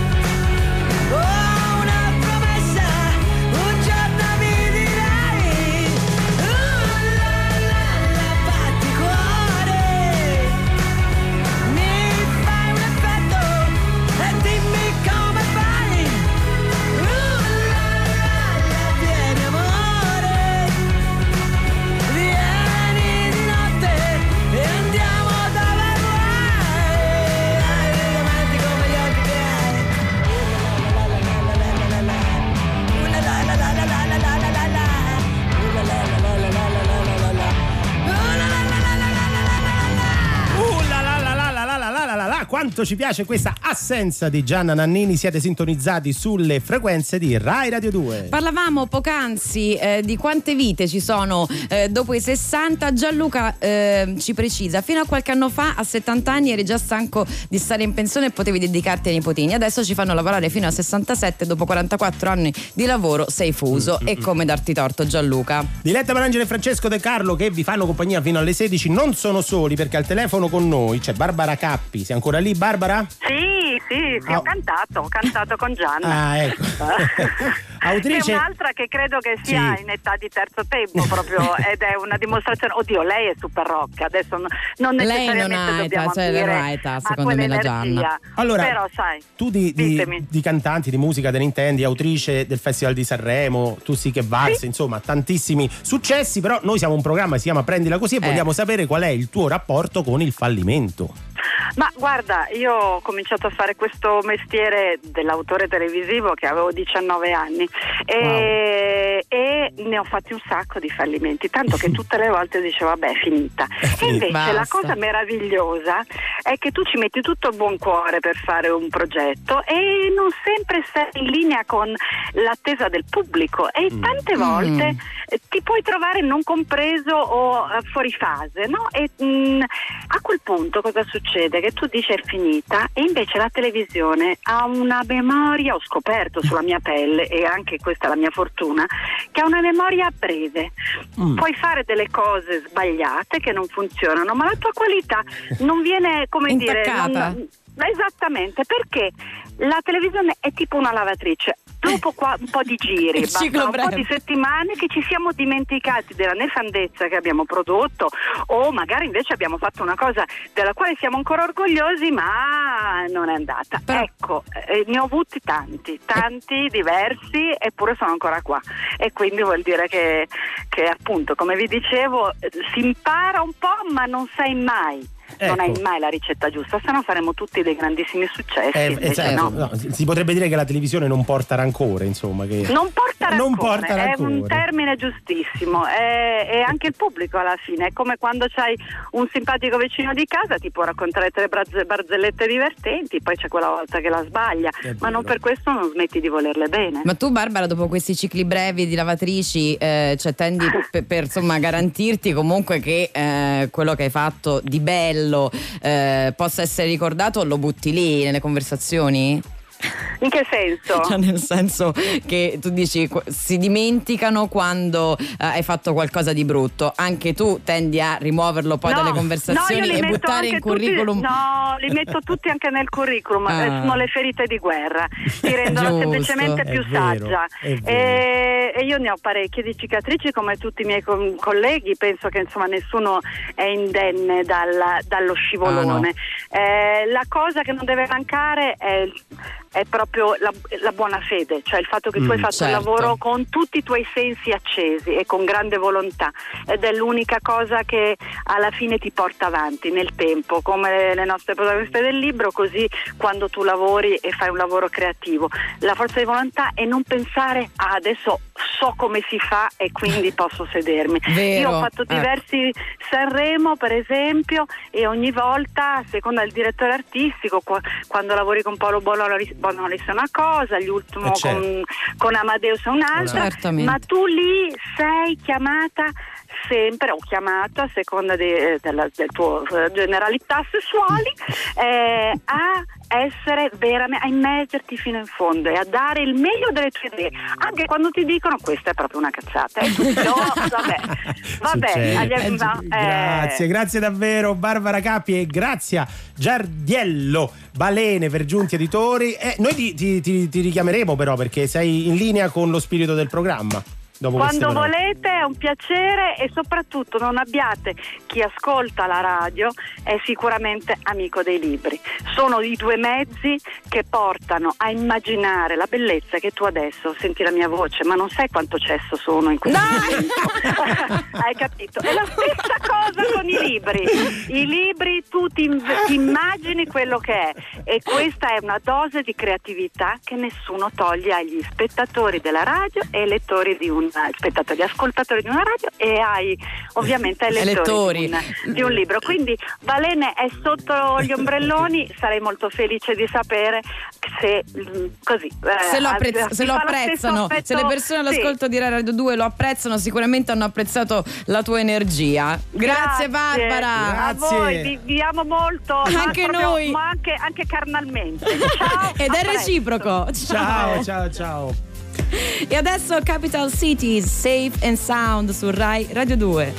o una promessa, un giorno mi direi. La la la, batti cuore, mi fai un effetto e dimmi come fai. La la, vieni amore, vieni di notte e andiamo dove vuoi. Davanti come gli occhi che hai. La la la la la la la. La la la la la la la la la la. La la la la la la la la la la. Quanto ci piace questa assenza di Gianna Nannini. Siete sintonizzati sulle frequenze di Rai Radio 2. Parlavamo poc'anzi di quante vite ci sono dopo i 60. Gianluca ci precisa: fino a qualche anno fa, a 70 anni, eri già stanco di stare in pensione e potevi dedicarti ai nipotini. Adesso ci fanno lavorare fino a 67. Dopo 44 anni di lavoro sei fuso. E come darti torto, Gianluca. Diletta Marangelo e Francesco De Carlo, che vi fanno compagnia fino alle 16, non sono soli, perché al telefono con noi c'è Barbara Cappi. Sei ancora lì, Barbara? Sì, ho cantato con Gianna. Ah, ecco. Autrice... È un'altra che credo che sia in età di terzo tempo proprio, ed è una dimostrazione. Oddio, lei è super rock, adesso non necessariamente lei non ha dobbiamo età, dire non ha età, secondo me, la Gianna. Allora, però sai, tu di cantanti, di musica te ne intendi, autrice del Festival di Sanremo, Tu sì che valse, insomma tantissimi successi, però noi siamo un programma che si chiama Prendila Così e vogliamo sapere qual è il tuo rapporto con il fallimento. Ma guarda, io ho cominciato a fare questo mestiere dell'autore televisivo che avevo 19 anni e ne ho fatti un sacco di fallimenti, tanto che tutte le volte dicevo vabbè, è finita. E invece Basta. la cosa meravigliosa è che tu ci metti tutto il buon cuore per fare un progetto e non sempre sei in linea con l'attesa del pubblico e tante volte ti puoi trovare non compreso o fuori fase, no? E a quel punto cosa succede? Che tu dici è finita e invece la televisione ha una memoria, ho scoperto sulla mia pelle, e anche questa è la mia fortuna, che ha una memoria breve. Puoi fare delle cose sbagliate che non funzionano, ma la tua qualità non viene, come intaccata. dire, esattamente, perché la televisione è tipo una lavatrice. Dopo un po' di giri, basta un po' di settimane che ci siamo dimenticati della nefandezza che abbiamo prodotto, o magari invece abbiamo fatto una cosa della quale siamo ancora orgogliosi ma non è andata. Ecco, ne ho avuti tanti diversi, eppure sono ancora qua, e quindi vuol dire che appunto, come vi dicevo, si impara un po' ma non sai mai non hai mai la ricetta giusta, se no faremo tutti dei grandissimi successi. Esatto, no, si potrebbe dire che la televisione non porta rancore, insomma. Che non porta rancore, è un termine giustissimo, e anche il pubblico alla fine, è come quando c'hai un simpatico vicino di casa, ti può raccontare 3 barzellette divertenti, poi c'è quella volta che la sbaglia, ma non per questo non smetti di volerle bene. Ma tu, Barbara, dopo questi cicli brevi di lavatrici, cioè tendi per insomma garantirti comunque che quello che hai fatto di bello possa essere ricordato, lo butti lì nelle conversazioni? In che senso? Cioè, nel senso che tu dici si dimenticano quando hai fatto qualcosa di brutto, anche tu tendi a rimuoverlo poi dalle conversazioni e buttare in curriculum. No, li metto tutti anche nel curriculum, sono le ferite di guerra, ti rendono semplicemente più saggia. E io ne ho parecchie di cicatrici come tutti i miei colleghi, penso che insomma nessuno è indenne dallo scivolone. La cosa che non deve mancare è proprio la buona fede, cioè il fatto che tu hai fatto il lavoro con tutti i tuoi sensi accesi e con grande volontà, ed è l'unica cosa che alla fine ti porta avanti nel tempo, come le nostre protagoniste del libro, così quando tu lavori e fai un lavoro creativo, la forza di volontà è non pensare adesso so come si fa e quindi posso sedermi. Io ho fatto diversi Sanremo per esempio, e ogni volta a seconda del direttore artistico, quando lavori con Paolo Bonolis è una cosa, gli ultimo con Amadeus è un'altra, ma tu lì sei chiamata sempre, o chiamato a seconda del tuo generalità sessuali, a essere veramente, a immergerti fino in fondo e a dare il meglio delle tue idee, anche quando ti dicono questa è proprio una cazzata. Grazie davvero Barbara Capi e Grazia Giardiello, Balene per Giunti Editori. Noi ti richiameremo però, perché sei in linea con lo spirito del programma. Quando volete, è un piacere, e soprattutto non abbiate chi ascolta la radio è sicuramente amico dei libri. Sono i 2 mezzi che portano a immaginare la bellezza che tu adesso senti la mia voce, ma non sai quanto cesso sono in questo momento. Hai capito? È la stessa cosa con i libri. I libri tu ti immagini quello che è, e questa è una dose di creatività che nessuno toglie agli spettatori della radio e ai lettori di ascoltatori di una radio, e ai ovviamente ai lettori di un libro. Quindi Balene è sotto gli ombrelloni, sarei molto felice di sapere se così se lo apprezzano, se le persone all'ascolto di Radio 2 lo apprezzano, sicuramente hanno apprezzato la tua energia. Grazie Barbara. Grazie. A voi, vi amo molto, anche noi, ma anche carnalmente. Ciao. Ed è reciproco. Ciao. E adesso Capital Cities, Safe and Sound su Rai Radio 2.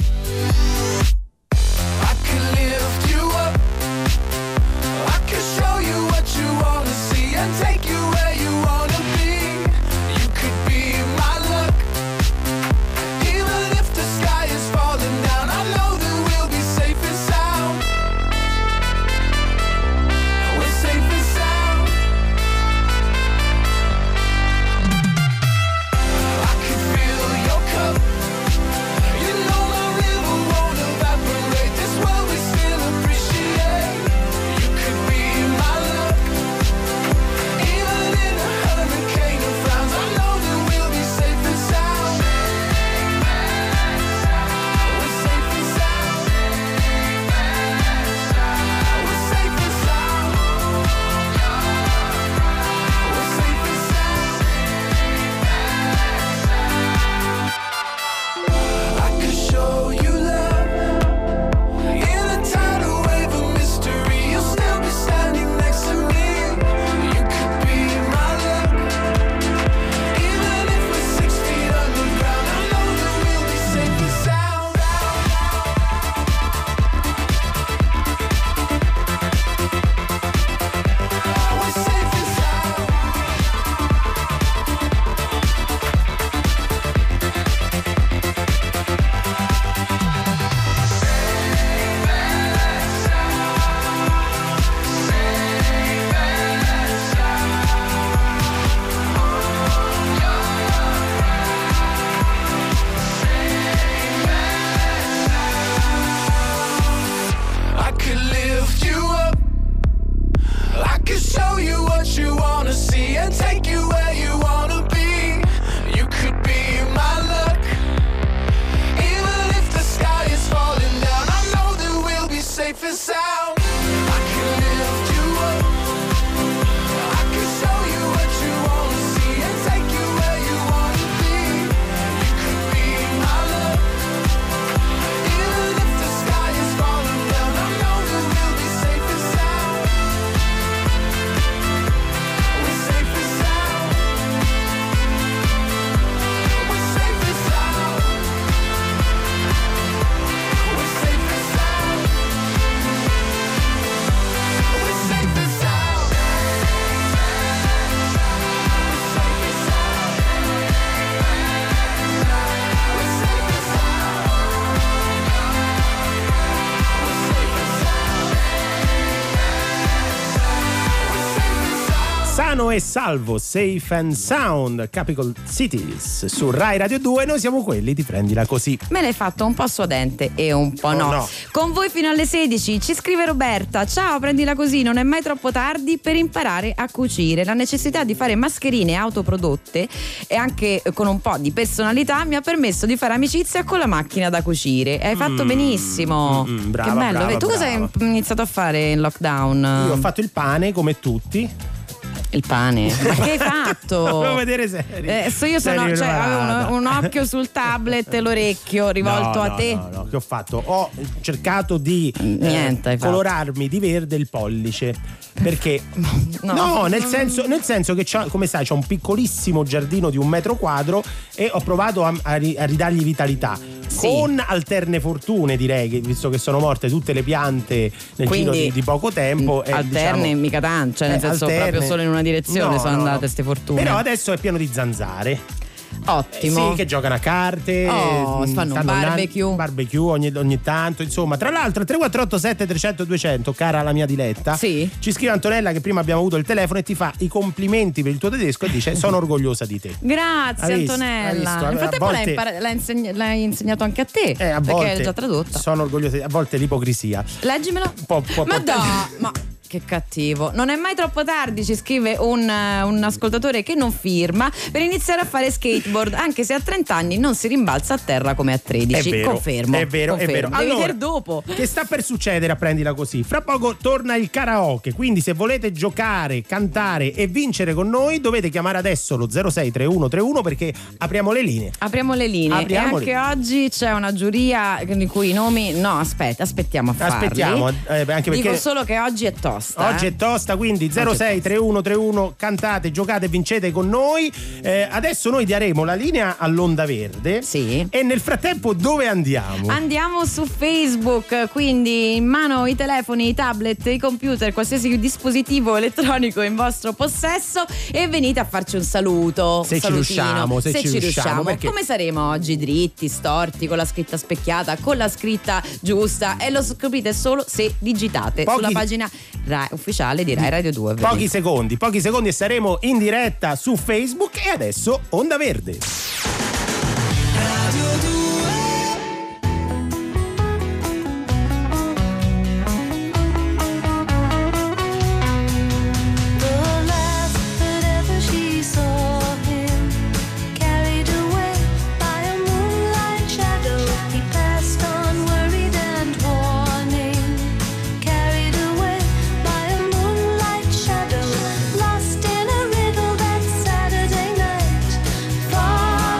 You know my river won't safe and sound. I can lift you up. I can show you what you wanna see and take you where you wanna be. You could be my love. Even if the sky is falling down, I know that we'll be safe and sound. We're safe and sound. We're safe and sound. We're safe and sound. We're safe and sound. Sano e salvo, safe and sound, Capital Cities su Rai Radio 2. Noi siamo quelli di Prendila Così. Me l'hai fatto un po' suadente e un po' no. Con voi fino alle 16 ci scrive Roberta: ciao, Prendila Così, non è mai troppo tardi per imparare a cucire. La necessità di fare mascherine autoprodotte e anche con un po' di personalità mi ha permesso di fare amicizia con la macchina da cucire. Hai fatto benissimo. Brava, che bello. brava, Tu cosa hai iniziato a fare in lockdown? Io ho fatto il pane come tutti. Il pane? Ma che hai fatto? Volevo vedere serie. Io avevo un occhio sul tablet e l'orecchio rivolto a te. No, che ho fatto? Ho cercato di colorarmi di verde il pollice. Perché? Nel senso che come sai, c'ho un piccolissimo giardino di 1 metro quadro e ho provato a ridargli vitalità. Sì. Con alterne fortune, direi, che visto che sono morte tutte le piante nel giro di poco tempo. Alterne mica tanto, cioè nel senso proprio solo in una direzione sono andate queste fortune. Però adesso è pieno di zanzare. Ottimo. Sì, che giocano a carte, fanno un barbecue ogni tanto, insomma. Tra l'altro 348 7300 200, cara la mia Diletta, ci scrive Antonella, che prima abbiamo avuto il telefono, e ti fa i complimenti per il tuo tedesco e dice: sono orgogliosa di te. Grazie Antonella. Nel frattempo l'hai insegnato anche a te, perché è già tradotta. Sono orgogliosa, a volte l'apocrisia. Leggimelo. Ma che cattivo. Non è mai troppo tardi, ci scrive un ascoltatore che non firma, per iniziare a fare skateboard, anche se a 30 anni non si rimbalza a terra come a 13. È vero, Confermo. È vero. Devi Allora, vedere dopo. Che sta per succedere a Prendila Così? Fra poco torna il karaoke, quindi se volete giocare, cantare e vincere con noi dovete chiamare adesso lo 063131, perché apriamo le linee. E anche oggi c'è una giuria di cui i nomi aspettiamo a farli. Anche perché dico solo che oggi è tosta. Oggi è tosta, quindi 063131, cantate, giocate, vincete con noi. Adesso noi daremo la linea all'Onda Verde. Sì. E nel frattempo dove andiamo? Andiamo su Facebook, quindi in mano i telefoni, i tablet, i computer, qualsiasi dispositivo elettronico in vostro possesso, e venite a farci un saluto. Se ci riusciamo. Perché? Come saremo oggi? Dritti, storti, con la scritta specchiata, con la scritta giusta, e lo scoprite solo se digitate sulla pagina ufficiale di Rai Radio 2. Pochi secondi e saremo in diretta su Facebook. E adesso Onda Verde. Radio 2. Far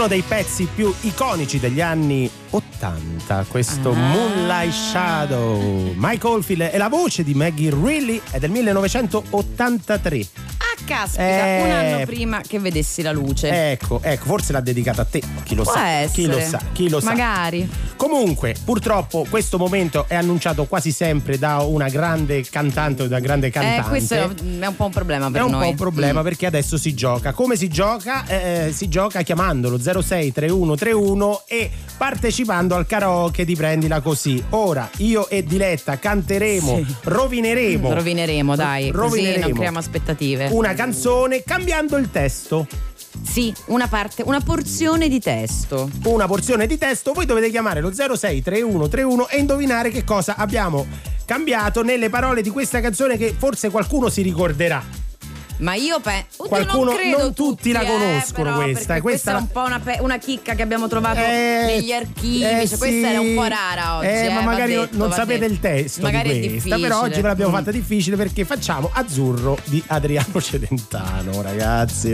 uno dei pezzi più iconici degli anni 80, questo Moonlight Shadow. Mike Oldfield è la voce di Maggie Reilly, è del 1983. Caspita, un anno prima che vedessi la luce. Ecco, forse l'ha dedicata a te. Chi lo Può sa? essere. Chi lo sa? Magari. Comunque, purtroppo questo momento è annunciato quasi sempre da una grande cantante o da grande cantante. Questo è un po' un problema per noi. È un po' un problema perché adesso si gioca. Come si gioca? Si gioca chiamandolo 063131 e partecipando al karaoke di Prendila Così. Ora io e Diletta canteremo, rovineremo, dai, così non creiamo aspettative. Una canzone cambiando il testo. Sì, una porzione di testo. Una porzione di testo. Voi dovete chiamare lo 063131 e indovinare che cosa abbiamo cambiato nelle parole di questa canzone che forse qualcuno si ricorderà. Ma io qualcuno, non credo non tutti la conoscono, però, questa è un po' una chicca che abbiamo trovato negli archivi, sì. questa era un po' rara oggi. Ma magari detto, non sapete il testo magari di questa, però oggi ve l'abbiamo fatta difficile perché facciamo Azzurro di Adriano Celentano. Ragazzi.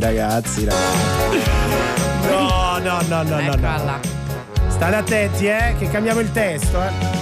No. State attenti, che cambiamo il testo,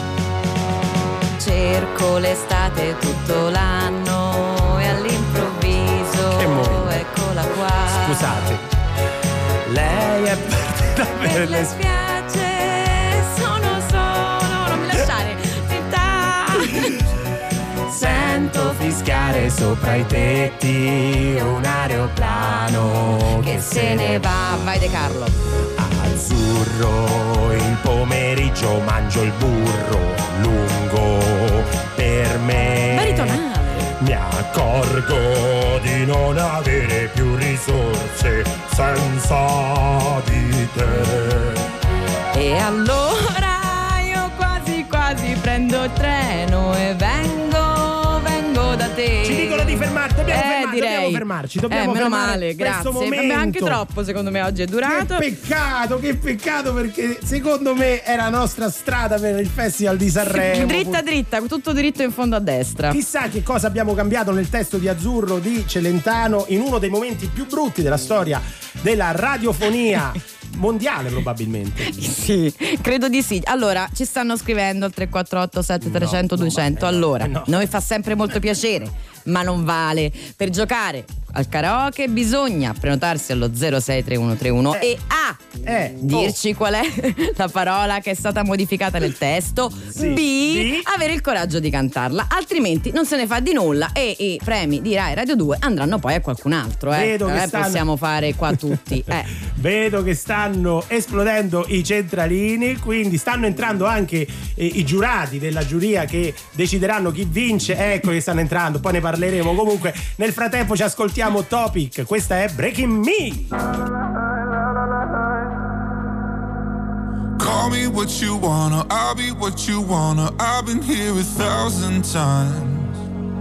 Cerco l'estate tutto l'anno e all'improvviso eccola qua. Scusate, lei è partita per le spiagge, non mi lasciare città. Sento fischiare sopra i tetti un aeroplano che se ne va. Vai De Carlo. Azzurro, il pomeriggio mangio il burro lungo per me. Baritonale. Mi accorgo di non avere più risorse senza di te. E allora io quasi prendo il treno e vengo da te. Ci dicono di fermarci, dobbiamo fermarci. Meno male, grazie. Momento. Anche troppo, secondo me, oggi è durato. Che peccato, perché secondo me è la nostra strada per il Festival di Sanremo. Dritta, tutto diritto in fondo a destra. Chissà che cosa abbiamo cambiato nel testo di Azzurro di Celentano in uno dei momenti più brutti della storia della radiofonia mondiale, probabilmente. Sì, credo di sì. Allora, ci stanno scrivendo al 348 7300 200. Allora, noi fa sempre molto piacere, ma non vale. Per giocare al karaoke bisogna prenotarsi allo 063131 e dirci qual è la parola che è stata modificata nel testo, B, avere il coraggio di cantarla, altrimenti non se ne fa di nulla e i premi di Rai Radio 2 andranno poi a qualcun altro. Possiamo fare qua tutti. Vedo che stanno esplodendo i centralini, quindi stanno entrando anche i giurati della giuria che decideranno chi vince. Ecco che stanno entrando, poi ne parleremo. Comunque nel frattempo ci ascoltiamo Topic, questa è Breaking Me. Call me what you wanna, I'll be what you wanna. I've been here 1,000 times.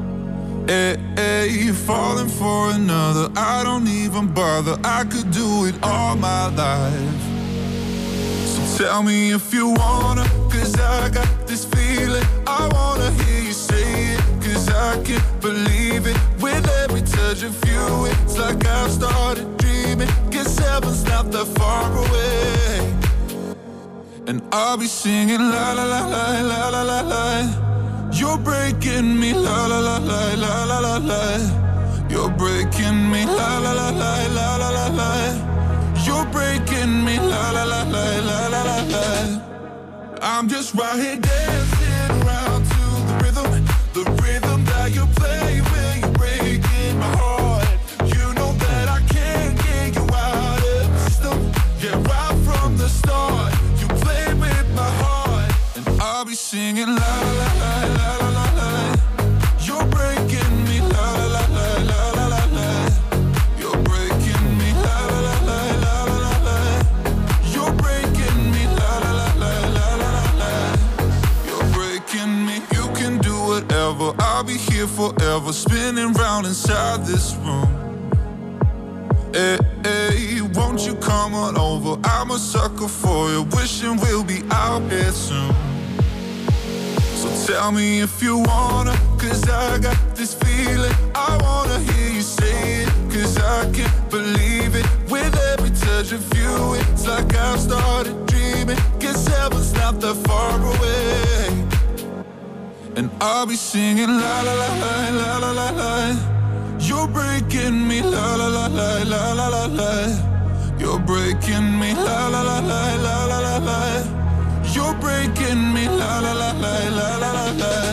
Hey, falling for another, I don't even bother. I could do it all my life. So tell me if you wanna, cause I got this feeling. I wanna hear you say it, cause I can't believe it. With every touch of you, it's like I've started dreaming. Guess heaven's not that far away. And I'll be singing la la la la la la la la. You're breaking me la la la la la la la la. You're breaking me la la la la la la la la. You're breaking me la la la la la la la la. I'm just right here dancing around to the rhythm that you play when you're breaking my heart. You know that I can't get you out of the system. Yeah, right from the start, you play with my heart, and I'll be singing la la la la la la la. You're breaking me la la la la la la la. You're breaking me la la la la la la la. You're breaking me la la la la la la la. You're breaking me. You can do whatever. I'll be here forever, spinning round inside this room. Hey, won't you come on over? I'm a sucker for you, wishing we'll be out here soon. So tell me if you wanna, cause I got this feeling. I wanna hear you say it, cause I can't believe it. With every touch measure few. It's like I've started dreaming. Guess heaven's not that far away. And I'll be singing la la la la la la la la. You're breaking me la la la la la la la la. You're breaking me la la la la la la la la. You're breaking me la la la la la la la la.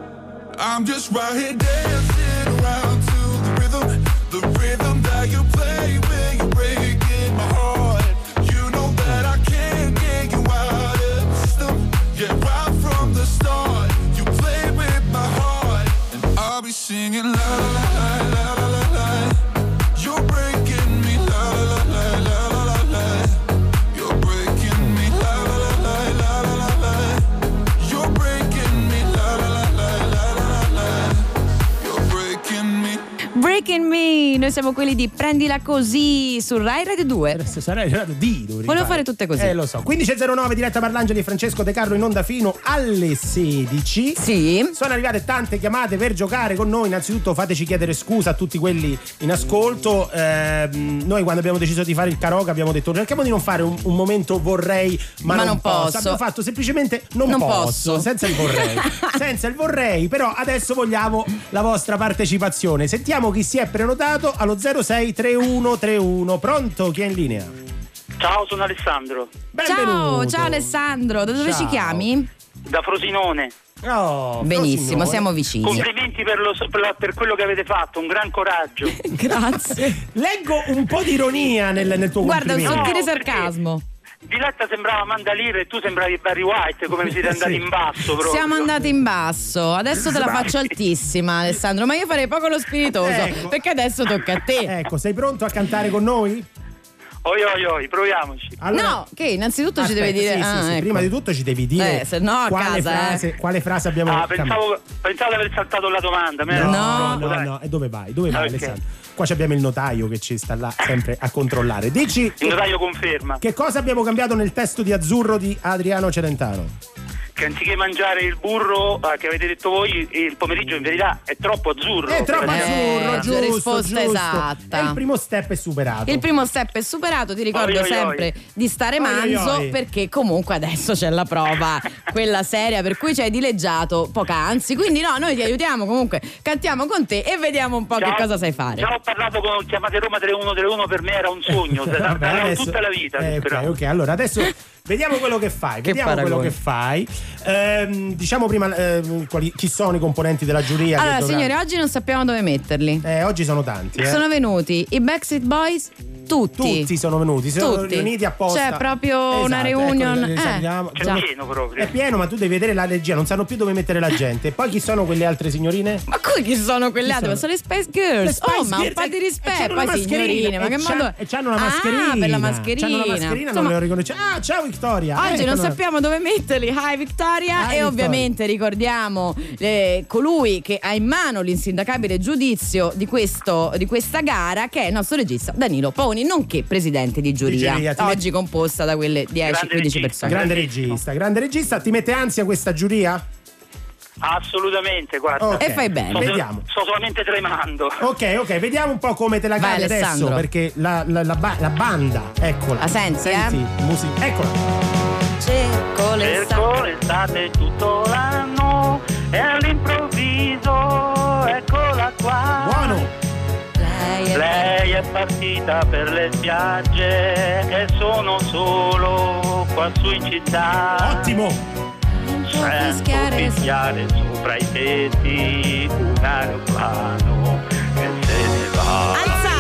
I'm just right here dancing around to the rhythm that you play when you're breaking my heart. You know that I can't get you out of the system. Yeah, right from the start, you play with my heart, and I'll be singing la la la la la la la la. You're breaking me la la la la la la la la. You're breaking me la la la la la la la la. You're breaking me la la la la la la la la. You're breaking me. Breaking Me, noi siamo quelli di Prendila Così su Rai Radio 2. Sarai Radio D. Volevo fare tutte così. Lo so. 15.09 diretta Parlangeli e Francesco De Carlo in onda fino alle 16. Sì. Sono arrivate tante chiamate per giocare con noi. Innanzitutto fateci chiedere scusa a tutti quelli in ascolto. Noi quando abbiamo deciso di fare il karaoke abbiamo detto cerchiamo di non fare un momento vorrei ma non posso. Abbiamo fatto semplicemente non posso. Senza il vorrei. Senza il vorrei. Però adesso vogliamo la vostra partecipazione. Sentiamo chi si è prenotato allo 063131. Pronto? Chi è in linea? Ciao, sono Alessandro. Benvenuto. Ciao Alessandro, da dove ci chiami? Da Frosinone. Oh, benissimo, Frosinone. siamo vicini. Complimenti per quello che avete fatto, un gran coraggio. Grazie. Leggo un po' di ironia nel tuo Guarda, un complimento. sottile sarcasmo. Diletta sembrava Amanda Lear e tu sembravi Barry White, come siete andati in basso proprio. Siamo andati in basso, adesso te la faccio altissima Alessandro, ma io farei poco lo spiritoso, perché adesso tocca a te. Ecco, sei pronto a cantare con noi? Oi, proviamoci. Allora, no, che innanzitutto ci devi dire. Sì, ecco. prima di tutto ci devi dire se no a quale frase abbiamo pensavo di aver saltato la domanda. No. E dove vai? Dove vai, Alessandro? Qua abbiamo il notaio che ci sta là sempre a controllare. Dici. Il notaio conferma. Che cosa abbiamo cambiato nel testo di Azzurro di Adriano Celentano? Che anziché mangiare il burro che avete detto voi, il pomeriggio in verità è troppo azzurro. È troppo azzurro, giusto. Risposta esatta. E il primo step è superato. Il primo step è superato, ti ricordo sempre di stare manzo, perché comunque adesso c'è la prova, quella seria per cui ci hai dileggiato poc'anzi. Quindi no, noi ti aiutiamo comunque, cantiamo con te e vediamo un po' che cosa sai fare. Già ho parlato con Chiamate Roma 3131, per me era un sogno, adesso, tutta la vita. Ok, allora adesso vediamo quello che fai. Diciamo prima chi sono i componenti della giuria. Allora, signori, oggi non sappiamo dove metterli. Oggi sono tanti. Sono venuti i Backstreet Boys. Tutti sono venuti, sono riuniti apposta. C'è proprio una reunion. C'è pieno proprio. È pieno, ma tu devi vedere la regia, non sanno più dove mettere la gente. E poi chi sono quelle altre signorine? Ma come chi sono quelle altre? Ma sono le Spice Girls. Ma un po' di rispetto. Poi signorine, ma che modo. E c'hanno una mascherina. Per la mascherina. C'hanno una mascherina, non le riconosce. Ciao Victoria. Oggi non sappiamo dove metterli. Hi Victoria. E ovviamente ricordiamo colui che ha in mano l'insindacabile giudizio di questa gara, che è il nostro regista Danilo Paoni, nonché presidente di giuria. Oggi composta da quelle 10-15 persone. Grande regista. Ti mette ansia questa giuria? Assolutamente, guarda. Okay. E fai bene. Vediamo. Sto solamente tremando. Ok, vediamo un po' come te la cavi adesso, perché la banda, eccola. La senti? Musica. Eccola. Cerco l'estate tutto l'anno e all'improvviso eccola qua. Buono. Lei è partita per le spiagge e sono solo qua su in città. Ottimo. Sento picchiare sopra i tetti un aeroplano che se ne va.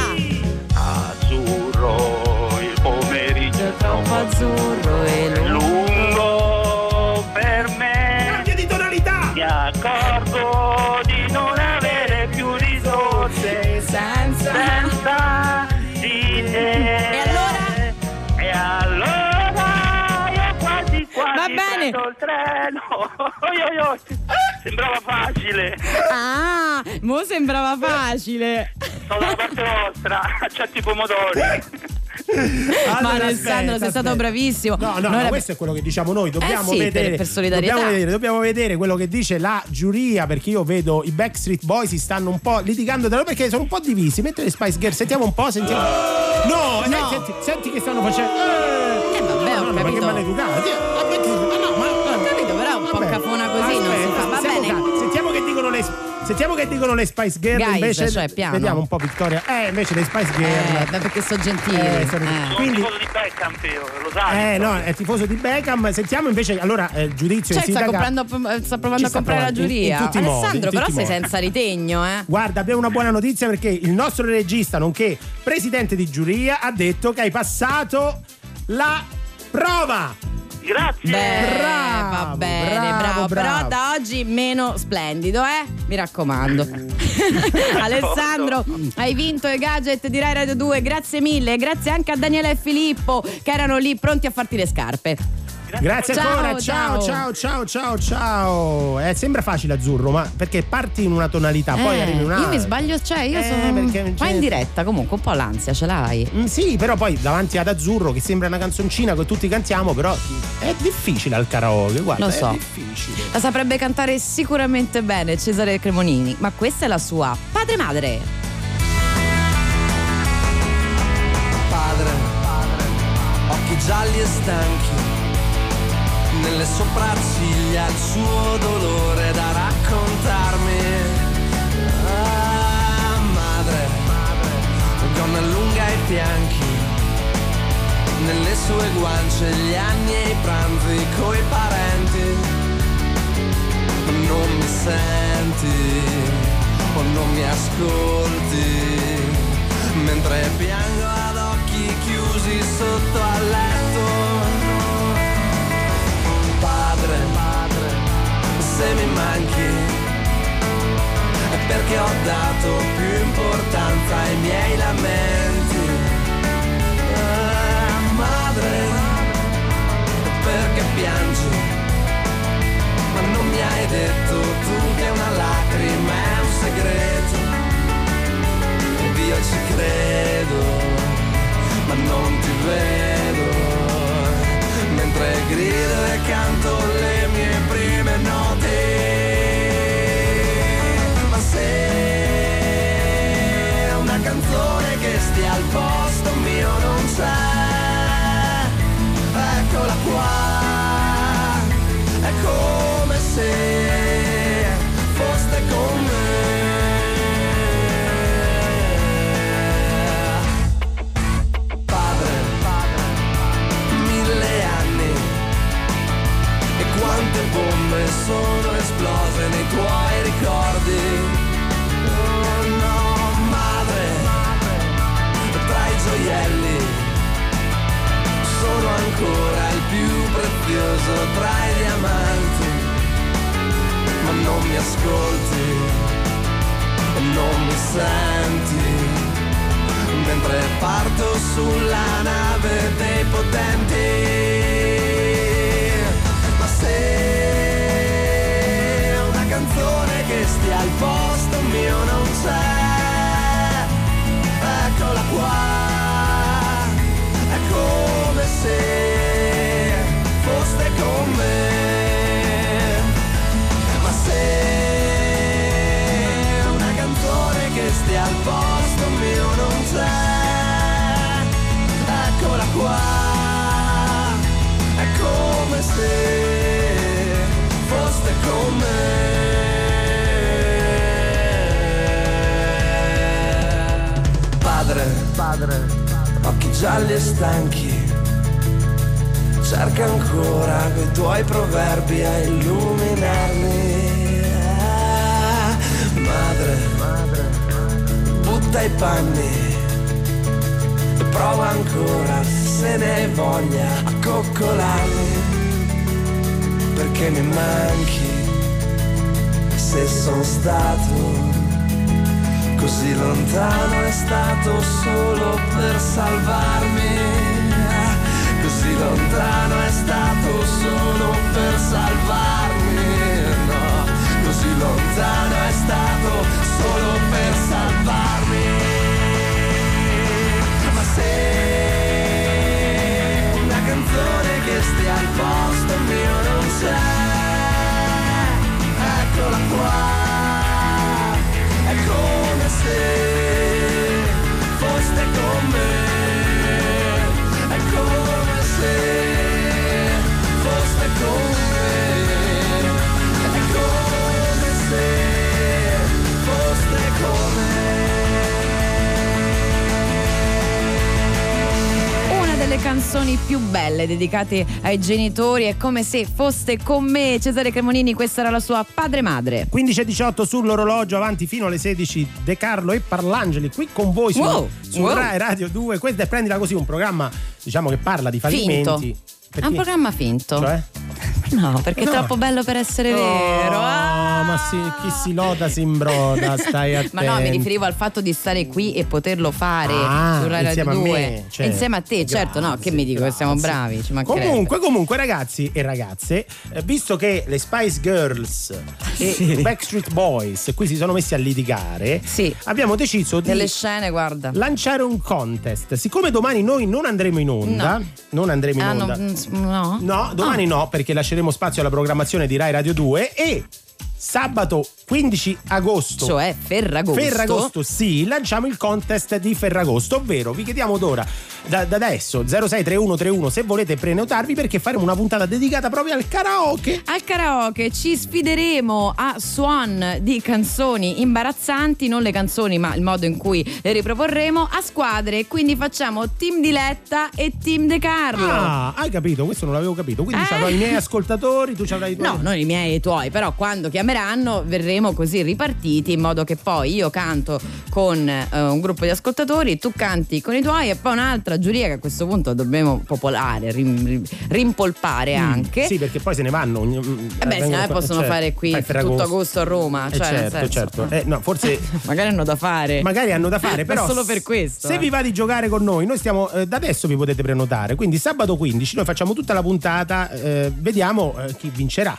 Azzurro, il pomeriggio è troppo azzurro e lungo per me. Cambia di tonalità. Mi accorgo di non avere più risorse senza di te. E allora io quasi va bene. prendo il treno. Sembrava facile. Mo sembrava facile. Sono dalla parte vostra, c'è tipo pomodori. Ma Alessandro, sei stato bravissimo. No, questo è quello che diciamo noi. Dobbiamo sì, vedere. per solidarietà. Dobbiamo vedere quello che dice la giuria, perché io vedo i Backstreet Boys si stanno un po' litigando tra loro perché sono un po' divisi. Mentre le Spice Girls, sentiamo un po', sentiamo. No. Senti che stanno facendo. Vabbè, ho ma che capito. maleducati. Ho capito, però un po' cafona così non si fa. Va bene. Sentiamo che dicono le Spice Girls. Guys, invece cioè, piano. vediamo un po' Vittoria. Invece le Spice Girls. Perché sono gentili. Quindi tifoso di Beckham, io, lo sai. no, è tifoso di Beckham. Sentiamo invece allora giudizio Cioè, in sindacato. sta provando a comprare la giuria. In tutti i modi, Alessandro, però sei modi. senza ritegno, Guarda, abbiamo una buona notizia perché il nostro regista, nonché presidente di giuria, ha detto che hai passato la prova. Grazie. Va bene, bravo. Però da oggi meno splendido, mi raccomando. Alessandro, hai vinto i gadget di Rai Radio 2, grazie mille. Grazie anche a Daniele e Filippo che erano lì pronti a farti le scarpe. Grazie ancora, ciao. Sembra facile azzurro, ma perché parti in una tonalità, poi arrivi in un'altra. Io mi sbaglio, io sono qua in diretta, comunque un po' l'ansia ce l'hai. Sì, però poi davanti ad azzurro, che sembra una canzoncina che tutti cantiamo, però è difficile al karaoke, guarda, lo so. È difficile. La saprebbe cantare sicuramente bene Cesare Cremonini, ma questa è la sua Padre Madre. Padre, occhi gialli e stanchi, nelle sopracciglia il suo dolore da raccontarmi. Madre, gonna lunga ai fianchi, nelle sue guance gli anni e i pranzi coi parenti. Non mi senti o non mi ascolti, mentre piango ad occhi chiusi sotto al letto. Padre, se mi manchi è perché ho dato più importanza ai miei lamenti. Madre, perché piangi, ma non mi hai detto tu che una lacrima è un segreto. Ed io ci credo, ma non ti vedo, mentre grido e canto le mie prime note. Ma se una canzone che stia al posto mio non c'è, eccola qua, è come se foste con me. Quante bombe sono esplose nei tuoi ricordi. Oh no, madre, tra i gioielli sono ancora il più prezioso tra i diamanti. Ma non mi ascolti, non mi senti, mentre parto sulla nave dei potenti. Se una canzone che stia al posto mio non c'è, eccola qua, è come se foste con me. Ma se una canzone che stia al posto mio non c'è, eccola qua, è come se foste con me. Padre, occhi gialli e stanchi, cerca ancora coi tuoi proverbi a illuminarmi. Madre, butta i panni e prova ancora, se ne hai voglia, a coccolarmi. Perché mi manchi, se sono stato così lontano è stato solo per salvarmi. Così lontano è stato solo per salvarmi. No, così lontano è stato solo per salvarmi. Ma se canzoni più belle dedicate ai genitori. È come se foste con me. Cesare Cremonini, questa era la sua Padre Madre. 15:18 sull'orologio, avanti fino alle 16. De Carlo e Parlangeli qui con voi su Rai Radio 2. Questo è Prendila Così, un programma diciamo che parla di fallimenti. Finto. È un programma finto. Cioè? No, perché è troppo bello per essere vero. Ma sì, chi si loda si imbroda, stai attento. Ma no, mi riferivo al fatto di stare qui e poterlo fare su Rai Radio 2 a me, certo. Insieme a te, Grazie, certo, no, che mi dico che siamo bravi, ci mancherebbe. Comunque ragazzi e ragazze, visto che le Spice Girls e Backstreet Boys qui si sono messi a litigare, abbiamo deciso di nelle scene, guarda, lanciare un contest. Siccome domani noi non andremo in onda, no, domani no, perché lasceremo spazio alla programmazione di Rai Radio 2 e sabato 15 agosto, cioè Ferragosto, sì, lanciamo il contest di Ferragosto, ovvero vi chiediamo d'ora da adesso 063131 se volete prenotarvi, perché faremo una puntata dedicata proprio al karaoke. Al karaoke ci sfideremo a suon di canzoni imbarazzanti, non le canzoni ma il modo in cui le riproporremo a squadre, quindi facciamo team Diletta e team De Carlo. Ah, hai capito? Questo non l'avevo capito, quindi c'avrò i miei ascoltatori, tu c'avrai i tuoi. No, non i miei e i tuoi, però quando chiameranno verremo così ripartiti in modo che poi io canto con un gruppo di ascoltatori, tu canti con i tuoi e poi un'altra giuria che a questo punto dobbiamo popolare, rimpolpare anche. Sì, perché poi se ne vanno. Se ne possono fare qui tutto agosto a Roma. Cioè, certo. No, forse magari hanno da fare. Però solo per questo. Se vi va di giocare con noi stiamo da adesso vi potete prenotare. Quindi sabato 15 noi facciamo tutta la puntata, vediamo chi vincerà.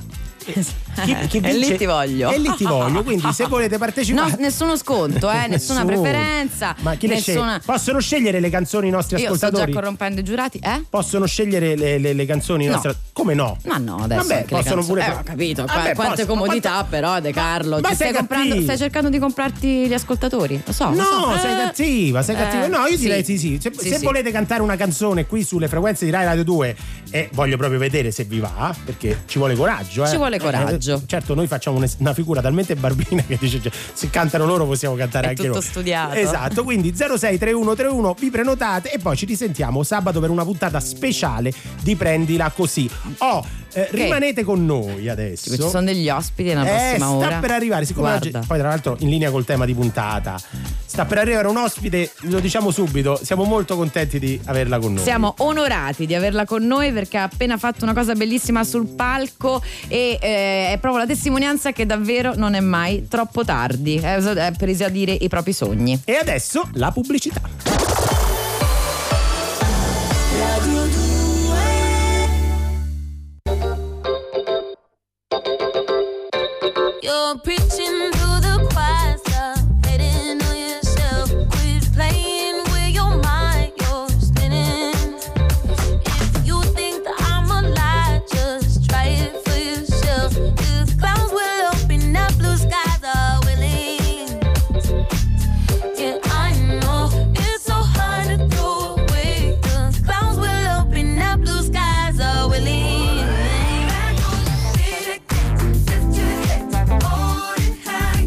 Chi e lì ti voglio. Quindi se volete partecipare, no, nessuno sconto, nessuna preferenza. Ma chi nessuna... possono scegliere le canzoni i nostri ascoltatori? Io sto già corrompendo i giurati, Possono scegliere le canzoni i nostri. Come no? Ma no, adesso vabbè, possono pure. Ho capito. Quante comodità, però, De Carlo. Ma stai cercando di comprarti gli ascoltatori? Lo so. No, sei cattiva. No, io direi sì. Se volete cantare una canzone qui sulle frequenze di Rai Radio 2, voglio proprio vedere se vi va, perché ci vuole coraggio. Ci vuole coraggio. Certo, noi facciamo una figura talmente barbina che dice se cantano loro possiamo cantare anche noi. È tutto studiato. Esatto, quindi 063131 vi prenotate e poi ci risentiamo sabato per una puntata speciale di Prendila Così. Rimanete con noi adesso. Ci sono degli ospiti nella prossima ora. Sta per arrivare, siccome oggi, poi tra l'altro in linea col tema di puntata, sta per arrivare un ospite, lo diciamo subito, siamo molto contenti di averla con noi. Siamo onorati di averla con noi perché ha appena fatto una cosa bellissima sul palco e è proprio la testimonianza che davvero non è mai troppo tardi per esaudire i propri sogni. E adesso la pubblicità. Radio 2. You're preaching to the choir, stop hating on yourself. Quit playing with your mind, you're spinning. If you think that I'm a lie, just try it for yourself. The clouds will open up, blue skies are willing. Yeah, I know it's so hard to throw away. The clouds will open up, blue skies are willing. High.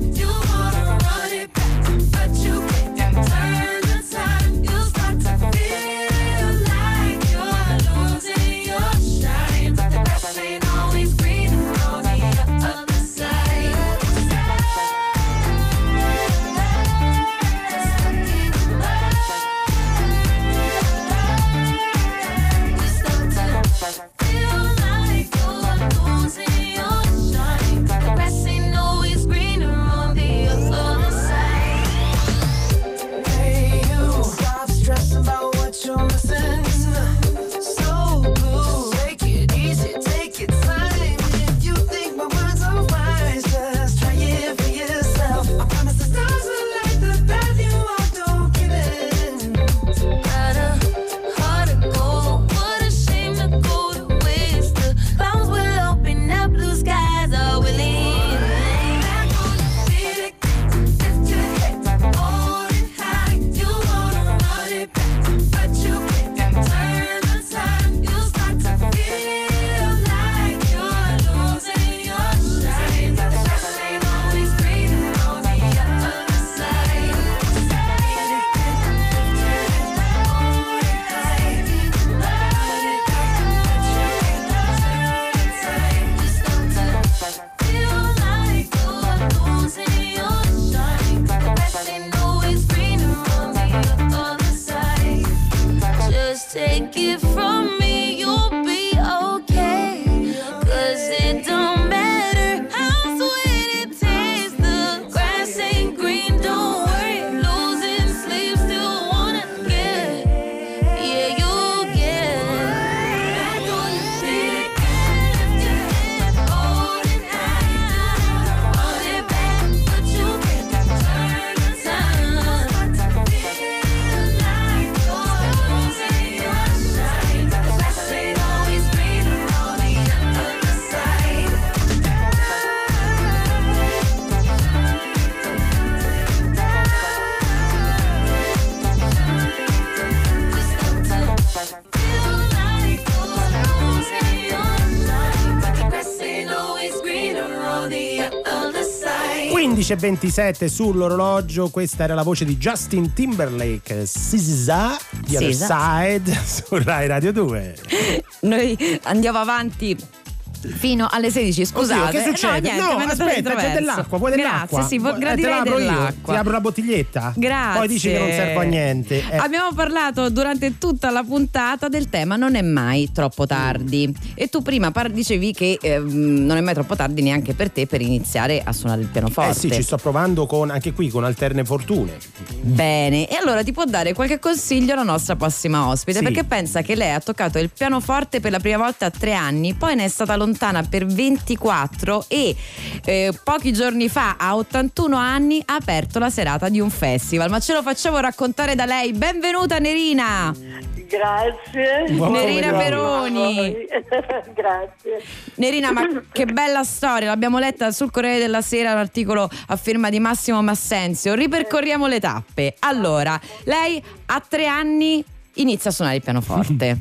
the other side. 15:27 sull'orologio, questa era la voce di Justin Timberlake, SZA, The Other Side, su Rai Radio 2. Noi andiamo avanti fino alle 16, scusate. Oddio, che succede? No, niente, aspetta, c'è dell'acqua, vuoi dell'acqua? Grazie, sì, gradirei dell'acqua. Ti apro la bottiglietta? Grazie. Poi dici che non servo a niente. Abbiamo parlato durante tutta la puntata del tema non è mai troppo tardi. E tu prima dicevi che non è mai troppo tardi neanche per te per iniziare a suonare il pianoforte. Sì, ci sto provando anche qui con alterne fortune. Bene, e allora ti può dare qualche consiglio la nostra prossima ospite, Sì. perché pensa che lei ha toccato il pianoforte per la prima volta a 3 anni, poi ne è stata lontana per 24 e pochi giorni fa, a 81 anni, ha aperto la serata di un festival. Ma ce lo facciamo raccontare da lei. Benvenuta Nerina! Grazie. Nerina Peroni. Grazie. Nerina, ma che bella storia, l'abbiamo letta sul Corriere della Sera, un articolo a firma di Massimo Massenzio. Ripercorriamo le tappe. Allora, lei a 3 anni inizia a suonare il pianoforte.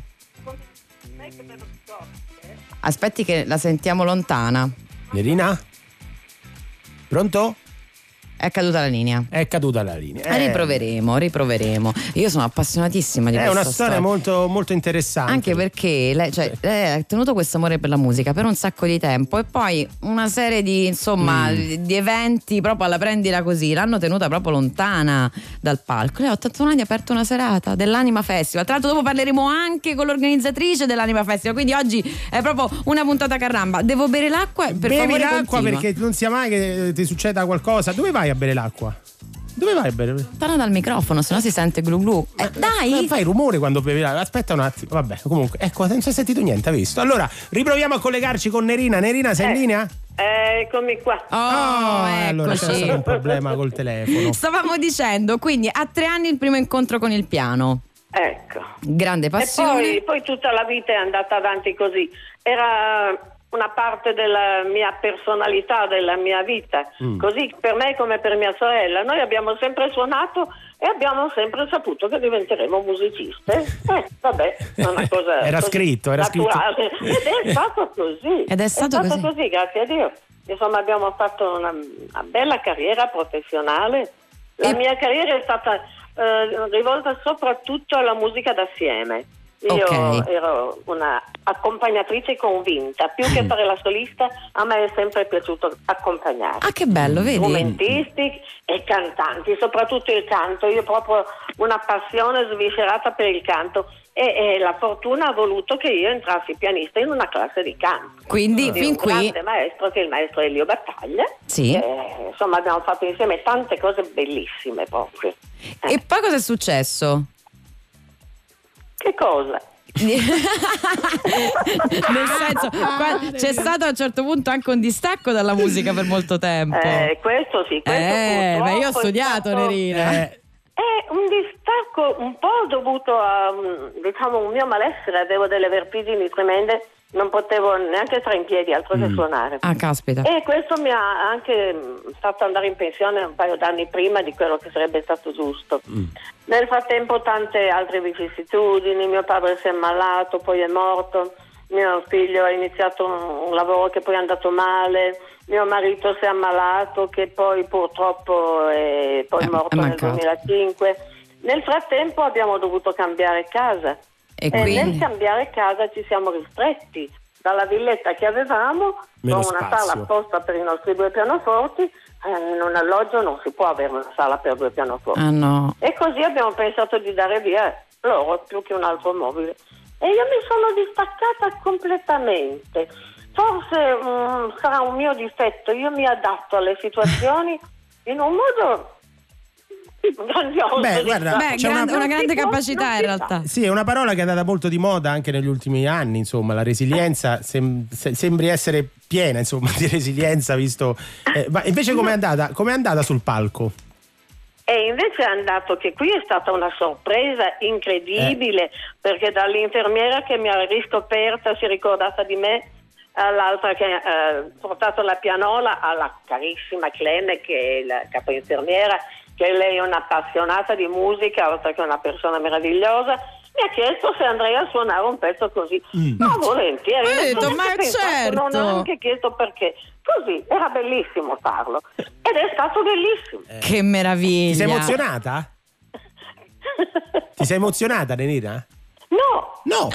Aspetti che la sentiamo lontana. Nerina? Pronto? È caduta la linea. È caduta la linea. Riproveremo. Io sono appassionatissima di È questa una storia molto, molto interessante. Anche perché lei ha tenuto questo amore per la musica per un sacco di tempo e poi una serie di di eventi proprio alla prendila così l'hanno tenuta proprio lontana dal palco. Lei a 81 anni ha aperto una serata dell'Anima Festival. Tra l'altro dopo parleremo anche con l'organizzatrice dell'Anima Festival, quindi oggi è proprio una puntata caramba. Devo bere l'acqua? Per favore, bevi l'acqua, continua. perché non sia mai che ti succeda qualcosa. Dove vai a bere l'acqua? Dove vai a bere? Parla dal microfono, sennò si sente glu glu. Dai! Fai rumore quando bevi l'acqua. Aspetta un attimo. Vabbè, comunque, ecco, non si è sentito niente, hai visto? Allora, riproviamo a collegarci con Nerina. Nerina, sei in linea? Eccomi qua. Allora c'era stato un problema col telefono. Stavamo dicendo, quindi a 3 anni il primo incontro con il piano. Ecco. Grande passione. E poi tutta la vita è andata avanti così. Era una parte della mia personalità, della mia vita, così per me come per mia sorella. Noi abbiamo sempre suonato e abbiamo sempre saputo che diventeremo musiciste. Vabbè, è una cosa era scritto. naturale. Ed è stato così. Ed è stato così, grazie a Dio. Insomma, abbiamo fatto una bella carriera professionale. La mia carriera è stata rivolta soprattutto alla musica d'assieme. Io ero una accompagnatrice convinta, più che fare la solista, a me è sempre piaciuto accompagnare. Ah, che bello, vedi? Strumentisti e cantanti, soprattutto il canto. Io ho proprio una passione sviscerata per il canto e la fortuna ha voluto che io entrassi pianista in una classe di canto. Quindi di fin un qui grande maestro che è il maestro Elio Battaglia. Sì. Insomma, abbiamo fatto insieme tante cose bellissime proprio. E poi cosa è successo? Che cosa? Nel senso, c'è stato a un certo punto anche un distacco dalla musica per molto tempo. Questo sì, questo ma io ho studiato, Nerina. È un distacco un po' dovuto a un mio malessere, avevo delle vertigini tremende, non potevo neanche stare in piedi, altro che suonare. Ah, caspita. E questo mi ha anche fatto andare in pensione un paio d'anni prima di quello che sarebbe stato giusto. Nel frattempo tante altre vicissitudini, mio padre si è ammalato, poi è morto, mio figlio ha iniziato un lavoro che poi è andato male, mio marito si è ammalato che poi purtroppo è poi morto nel 2005. Nel frattempo abbiamo dovuto cambiare casa. E nel cambiare casa ci siamo ristretti dalla villetta che avevamo con una sala apposta per i nostri 2 pianoforti. In un alloggio non si può avere una sala per 2 pianoforti. Ah, no. E così abbiamo pensato di dare via loro più che un altro mobile. E io mi sono distaccata completamente. Forse sarà un mio difetto, io mi adatto alle situazioni in un modo grandioso. C'è una grande capacità in realtà. Sì, è una parola che è andata molto di moda anche negli ultimi anni, insomma, la resilienza sembri essere piena, insomma, di resilienza, visto ma invece com'è andata sul palco? E invece è andato che qui è stata una sorpresa incredibile, perché dall'infermiera che mi ha riscoperta, si è ricordata di me, all'altra che ha portato la pianola, alla carissima Cleme che è la capoinfermiera, che lei è un'appassionata di musica oltre che una persona meravigliosa, mi ha chiesto se andrei a suonare un pezzo così. No, volentieri. Ho detto, Non ho ma neanche pensato, certo. non ho neanche chiesto perché. Così, era bellissimo farlo. Ed è stato bellissimo. Che meraviglia. Ti sei emozionata? Ti sei emozionata, Nerina? No.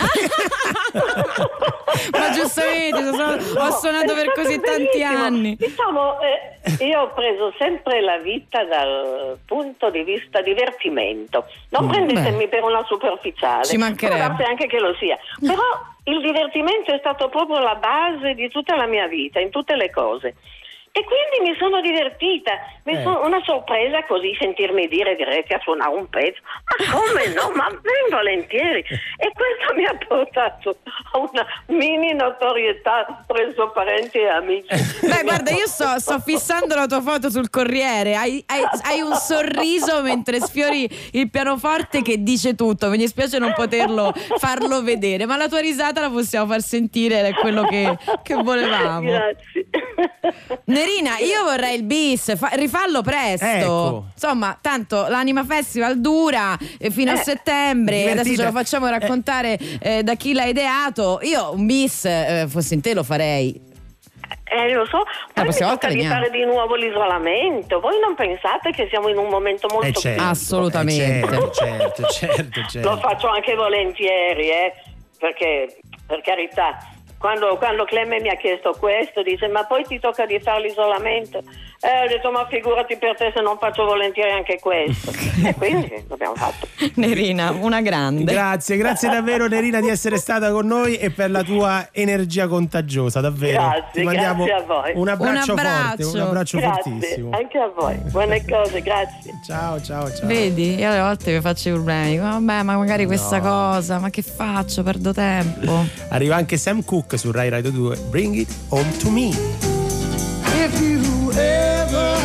Ma giustamente, ho suonato per così tanti bellissimo. anni. Diciamo, io ho preso sempre la vita dal punto di vista divertimento. Non prendetemi per una superficiale. Ci mancherebbe. Può darsi anche che lo sia. Però il divertimento è stato proprio la base di tutta la mia vita, in tutte le cose. E quindi mi sono divertita, una sorpresa così sentirmi dire diretti a suonare un pezzo, ma come no, ma ben volentieri. E questo mi ha portato a una mini notorietà presso parenti e amici. Beh, guarda, io sto fissando la tua foto sul Corriere, hai un sorriso mentre sfiori il pianoforte che dice tutto, mi dispiace non poterlo farlo vedere, ma la tua risata la possiamo far sentire, è quello che volevamo. Grazie. Nerina, io vorrei il bis, rifallo presto. Ecco. Insomma, tanto l'Anima Festival dura fino a settembre. divertita. Adesso ce lo facciamo raccontare da chi l'ha ideato. Io un bis, fossi in te, lo farei. Lo so, poi mi tocca di veniamo. fare di nuovo l'isolamento. Voi non pensate che siamo in un momento molto certo, assolutamente. Certo. Lo faccio anche volentieri, perché per carità, quando Clemme mi ha chiesto questo, dice ma poi ti tocca di fare l'isolamento. Ho detto ma figurati per te se non faccio volentieri anche questo. E quindi l'abbiamo fatto. Nerina, una grande. Grazie davvero Nerina di essere stata con noi e per la tua energia contagiosa, davvero. Grazie, Ti mandiamo grazie a voi. un abbraccio forte, un abbraccio grazie, fortissimo. anche a voi. Buone cose, grazie. Ciao. Vedi, io alle volte mi faccio i problemi. Dico, vabbè, ma magari questa cosa, ma che faccio? Perdo tempo. Arriva anche Sam Cooke su Rai Radio 2. Bring it home to me. If you ever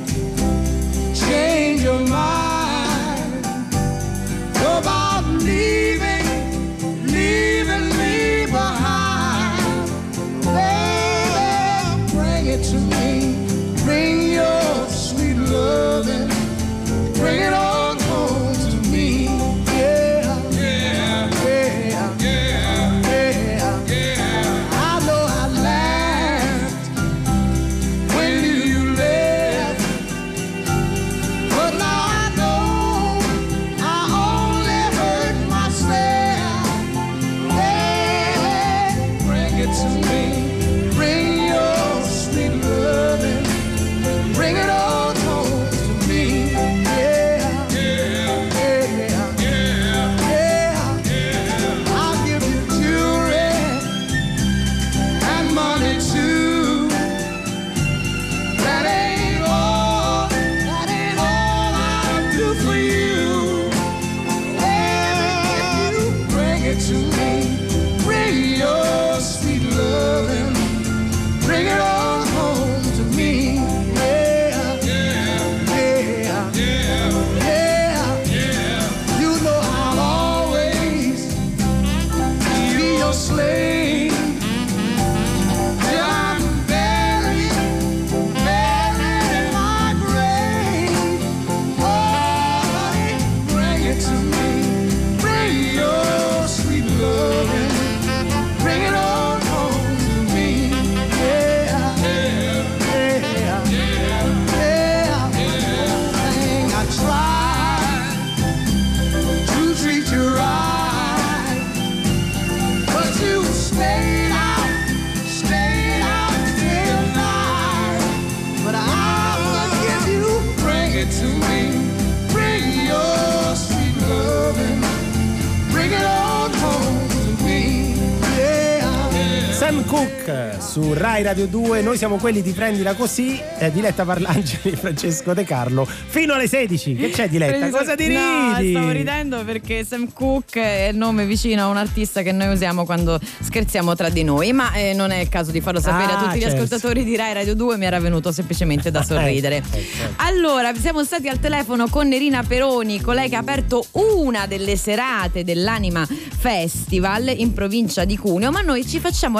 change your mind about leaving me behind, baby, bring it to me. Bring your sweet loving, bring it on home to me. I know I laughed when you left, but now I know I only hurt myself. Hey, bring it to me, bring your sweet loving, bring it on home to me. I'll give you jewelry and money too. That ain't all I'll do for you. If you bring it to me, bring your sweet loving, bring it on home to me. You know I'll always be your slave. I'm buried in my grave. Oh, honey, bring it to me. Bring your sweet loving. Bring it on home to me. Thing I tried to treat you right, but you stayed out till night. But I'll forgive you. Bring it to me. Bring your sweet loving. Bring it on home to me. Sam Cooke su Rai Radio 2. Noi siamo quelli di Prendila Così, Diletta Parlangeli, Francesco De Carlo, fino alle 16. Che c'è, Diletta? Cosa ti ridi? No, stavo ridendo perché Sam Cooke è il nome vicino a un artista che noi usiamo quando scherziamo tra di noi, ma non è il caso di farlo sapere a tutti gli ascoltatori di Rai Radio 2, mi era venuto semplicemente da sorridere. Allora, siamo stati al telefono con Nerina Peroni, colei che ha aperto una delle serate dell'Anima Festival in provincia di Cuneo, ma noi ci facciamo raccontare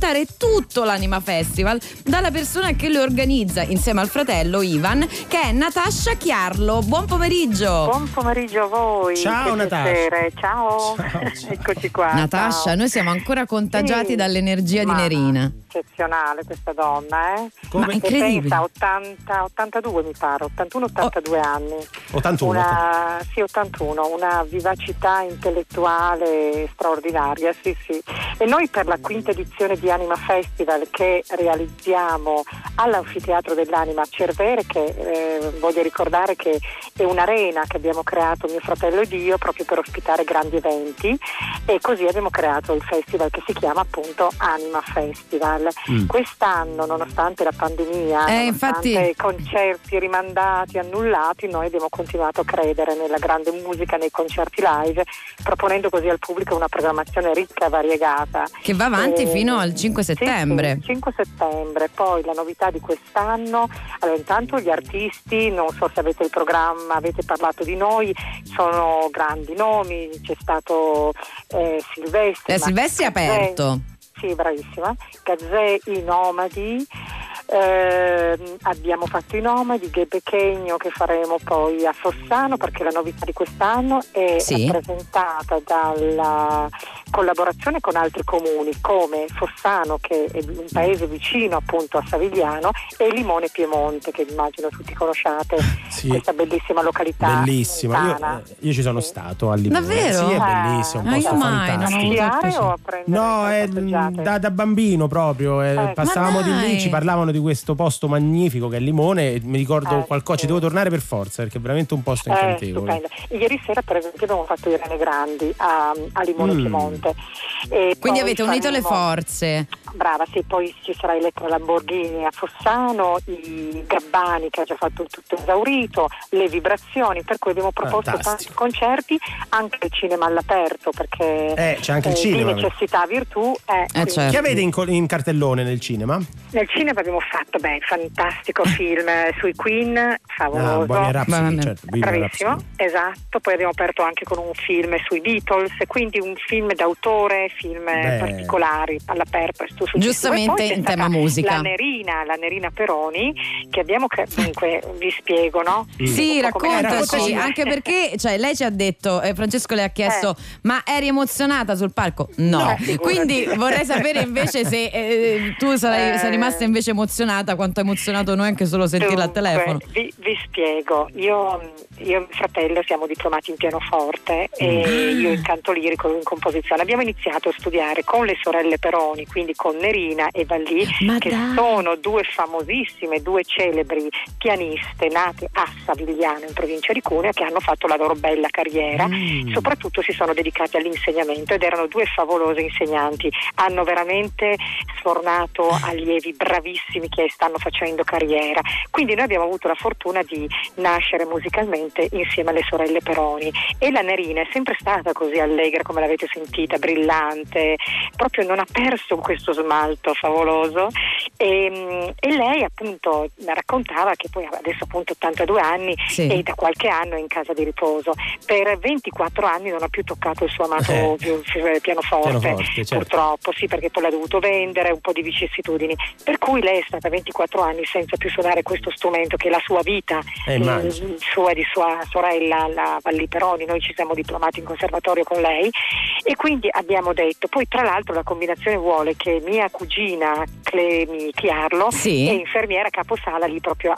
raccontare tutto l'Anima Festival dalla persona che lo organizza insieme al fratello Ivan, che è Natascia Chiarlo. Buon pomeriggio. Buon pomeriggio a voi. Ciao Natascia. Ciao. Eccoci qua. Natascia, ciao. Noi siamo ancora contagiati dall'energia di Nerina. Eccezionale questa donna, Come? Ma incredibile. Pensa, 82 mi pare, 81-82 anni. 81. Sì, 81, una vivacità intellettuale straordinaria, sì. E noi per la quinta edizione di Anima Festival che realizziamo all'Anfiteatro dell'Anima a Cervere, che voglio ricordare che è un'arena che abbiamo creato mio fratello ed io proprio per ospitare grandi eventi, e così abbiamo creato il festival che si chiama appunto Anima Festival. Quest'anno, nonostante la pandemia, nonostante i concerti rimandati, annullati, noi abbiamo continuato a credere nella grande musica, nei concerti live, proponendo così al pubblico una programmazione ricca e variegata. Che va avanti fino al 5 settembre. Sì, 5 settembre. Poi la novità di quest'anno, allora intanto gli artisti, non so se avete il programma, avete parlato di noi, sono grandi nomi, c'è stato Silvestri. Silvestri è aperto. Sì, bravissima. Gazzè, i Nomadi, abbiamo fatto i Nomadi, Ghebe Chegno che faremo poi a Fossano, perché la novità di quest'anno è rappresentata dalla collaborazione con altri comuni come Fossano, che è un paese vicino appunto a Savigliano, e Limone Piemonte, che immagino tutti conosciate, questa bellissima località. Bellissima, io ci sono stato a Limone. Davvero? Sì, è bellissimo, un posto fantastico. O a prendere da bambino proprio, passavamo di lì, ci parlavano di questo posto magnifico che è Limone, e mi ricordo qualcosa, ci devo tornare per forza perché è veramente un posto incantevole. Stupendo. Ieri sera per esempio abbiamo fatto i Rene Grandi a Limone Piemonte. E quindi poi avete unito le forze. Brava, sì, poi ci sarà Elettra Lamborghini a Fossano, i Gabbani che ha già fatto il tutto esaurito, le Vibrazioni, per cui abbiamo proposto tanti concerti, anche il cinema all'aperto, perché c'è anche il cinema. Di necessità virtù. Che avete in cartellone nel cinema? Nel cinema abbiamo fatto fantastico film sui Queen, favoloso, bravissimo, esatto. Poi abbiamo aperto anche con un film sui Beatles, quindi un film d'autore, film particolari all'aperto. Giustamente in tema musica. La Nerina Peroni, che abbiamo dunque vi spiego, no? Sì, raccontaci, anche perché lei ci ha detto, Francesco le ha chiesto ma eri emozionata sul palco? No. Quindi vorrei sapere invece se tu sei rimasta invece emozionata quanto ha emozionato noi anche solo sentirla al telefono. Vi spiego, io e mio fratello siamo diplomati in pianoforte e io in canto lirico, in composizione. Abbiamo iniziato a studiare con le sorelle Peroni, quindi con Nerina e Vallì, sono due famosissime, due celebri pianiste nate a Savigliano in provincia di Cuneo, che hanno fatto la loro bella carriera, soprattutto si sono dedicati all'insegnamento ed erano due favolose insegnanti, hanno veramente sfornato allievi bravissimi che stanno facendo carriera, quindi noi abbiamo avuto la fortuna di nascere musicalmente insieme alle sorelle Peroni, e la Nerina è sempre stata così allegra, come l'avete sentita, brillante, proprio non ha perso questo smalto favoloso, e lei appunto raccontava che poi adesso appunto 82 anni e da qualche anno è in casa di riposo. Per 24 anni non ha più toccato il suo amato pianoforte, purtroppo, sì, perché poi l'ha dovuto vendere, un po' di vicissitudini, per cui lei è stata 24 anni senza più suonare questo strumento che è la sua vita, sua e di sua sorella, la Vallì Peroni. Noi ci siamo diplomati in conservatorio con lei, e quindi abbiamo detto, poi tra l'altro la combinazione vuole che mia cugina Clemi Chiarlo è infermiera caposala lì proprio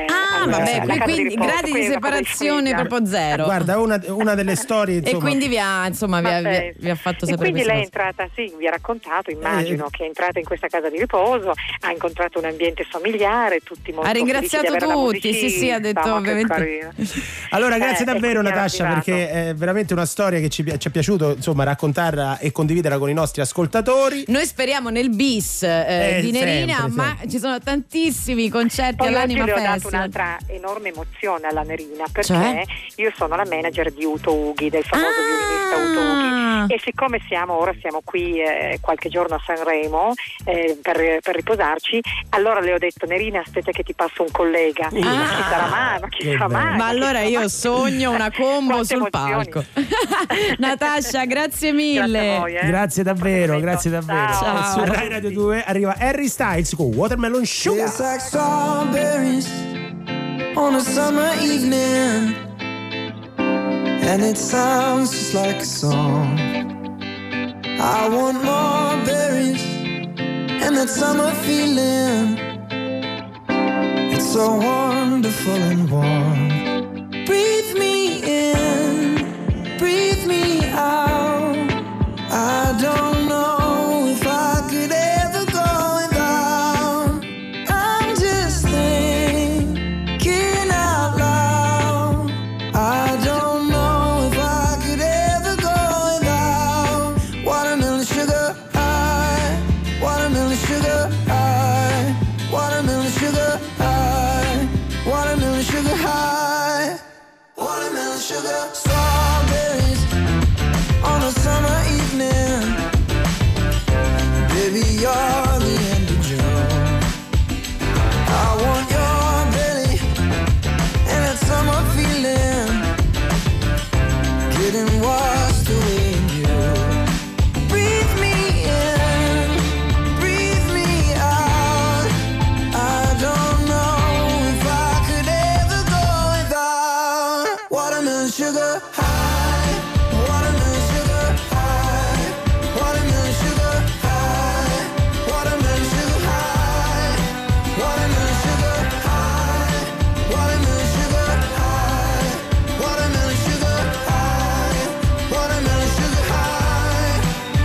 quindi gradi di separazione proprio zero. Guarda, una delle storie, insomma. E quindi vi ha fatto sapere. E quindi lei è entrata, vi ha raccontato, immagino che è entrata in questa casa di riposo, ha incontrato un ambiente familiare, tutti molto ha ringraziato tutti, sì, ha detto ovviamente. Allora grazie davvero Natascia, perché è veramente una storia che ci è piaciuto insomma raccontarla e condividerla con i nostri ascoltatori. Noi speriamo nel bis di Nerina, ma ci sono tantissimi concerti all'Anima Festival. Ho dato un'altra enorme emozione alla Nerina, perché io sono la manager di Uto Ughi, del famoso violinista Uto Ughi, e siccome siamo qui qualche giorno a Sanremo per riposarci, allora le ho detto: Nerina, aspetta che ti passo un collega. Chi sarà mai? Ma allora io sogno una combo sul palco. Natascia, grazie mille. Grazie davvero, grazie davvero. Ciao. Su Rai Radio 2 arriva Harry Styles con Watermelon Sugar. It's like strawberries on a summer evening, and it sounds just like a song. I want more berries and that summer feeling. It's so wonderful and warm. Breathe me in, breathe me out. I don't know if I could ever go without. I'm just thinking out loud. I don't know if I could ever go without watermelon sugar high, watermelon sugar high, watermelon sugar high, watermelon sugar high, watermelon sugar. Strawberries on a summer evening, baby, you're the end of June. I want your belly and that summer feeling, getting washed away in you. Breathe me in, breathe me out. I don't know if I could ever go without watermelon sugar high, watermelon sugar high, watermelon sugar high, watermelon sugar high, watermelon sugar high, watermelon sugar high, watermelon sugar high, watermelon sugar high.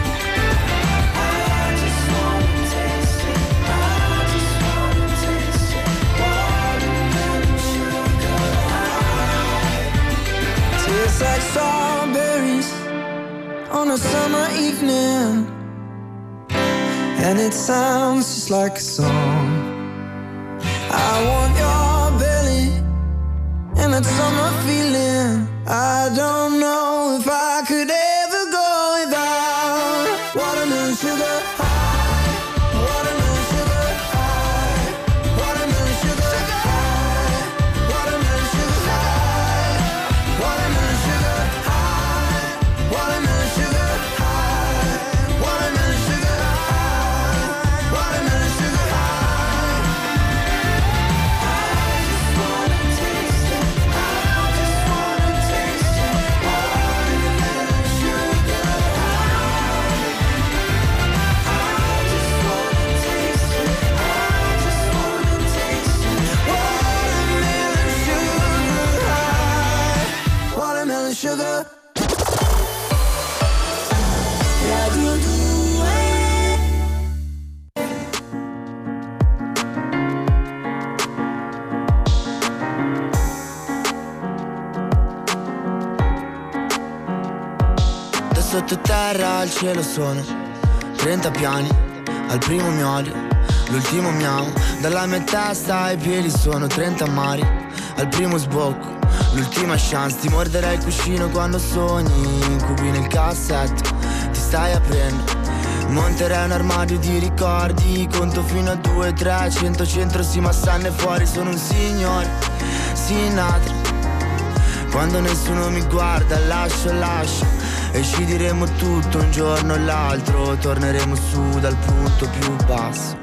I just wanna taste it, I just wanna taste it, watermelon sugar high. Tastes like strawberries on a summer evening, and it sounds just like a song. I want your belly and that summer feeling. I don't know if I could ever go without watermelon sugar high, watermelon sugar high, watermelon sugar high, watermelon sugar high, watermelon sugar high, watermelon sugar high, watermelon sugar high, watermelon sugar high. I just wanna taste it, I just wanna taste it, watermelon sugar high. I just wanna taste it, I just wanna taste it, watermelon sugar high, watermelon sugar. Radio 2. Da sottoterra al cielo sono 30 piani, al primo mi odio, l'ultimo mi amo. Dalla mia testa ai piedi sono 30 mari, al primo sbocco, l'ultima chance. Ti morderei il cuscino quando sogni, incubi nel cassetto, ti stai aprendo. Monterei un armadio di ricordi, conto fino a 2, 3, 100, centro sì ma stanne fuori. Sono un signore, Sinatra. Quando nessuno mi guarda lascio, e ci diremo tutto un giorno o l'altro. Torneremo su dal punto più basso.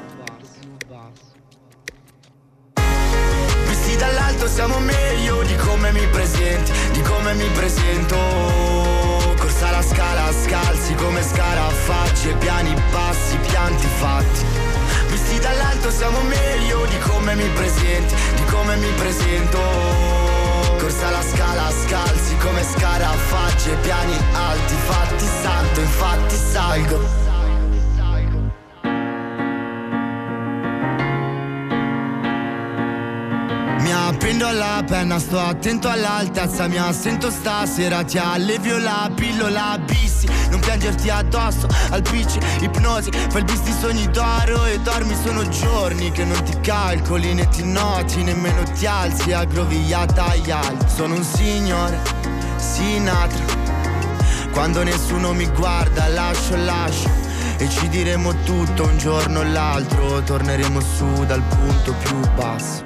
Visti dall'alto siamo meglio di come mi presenti, di come mi presento. Corsa alla scala, scalzi come scarafaggi, e piani bassi, pianti fatti. Visti dall'alto siamo meglio di come mi presenti, di come mi presento. Corsa alla scala, scalzi come scarafaggi, e piani alti, fatti salto, infatti salgo. Mi appendo alla penna, sto attento all'altezza, mi assento stasera, ti allevio la pillola bissi, non piangerti addosso al pitch, ipnosi, fai il visti sogni d'oro e dormi, sono giorni che non ti calcoli né ti noti, nemmeno ti alzi aggrovigliata agli altri. Sono un signore, Sinatra, quando nessuno mi guarda lascio, e ci diremo tutto un giorno o l'altro, torneremo su dal punto più basso.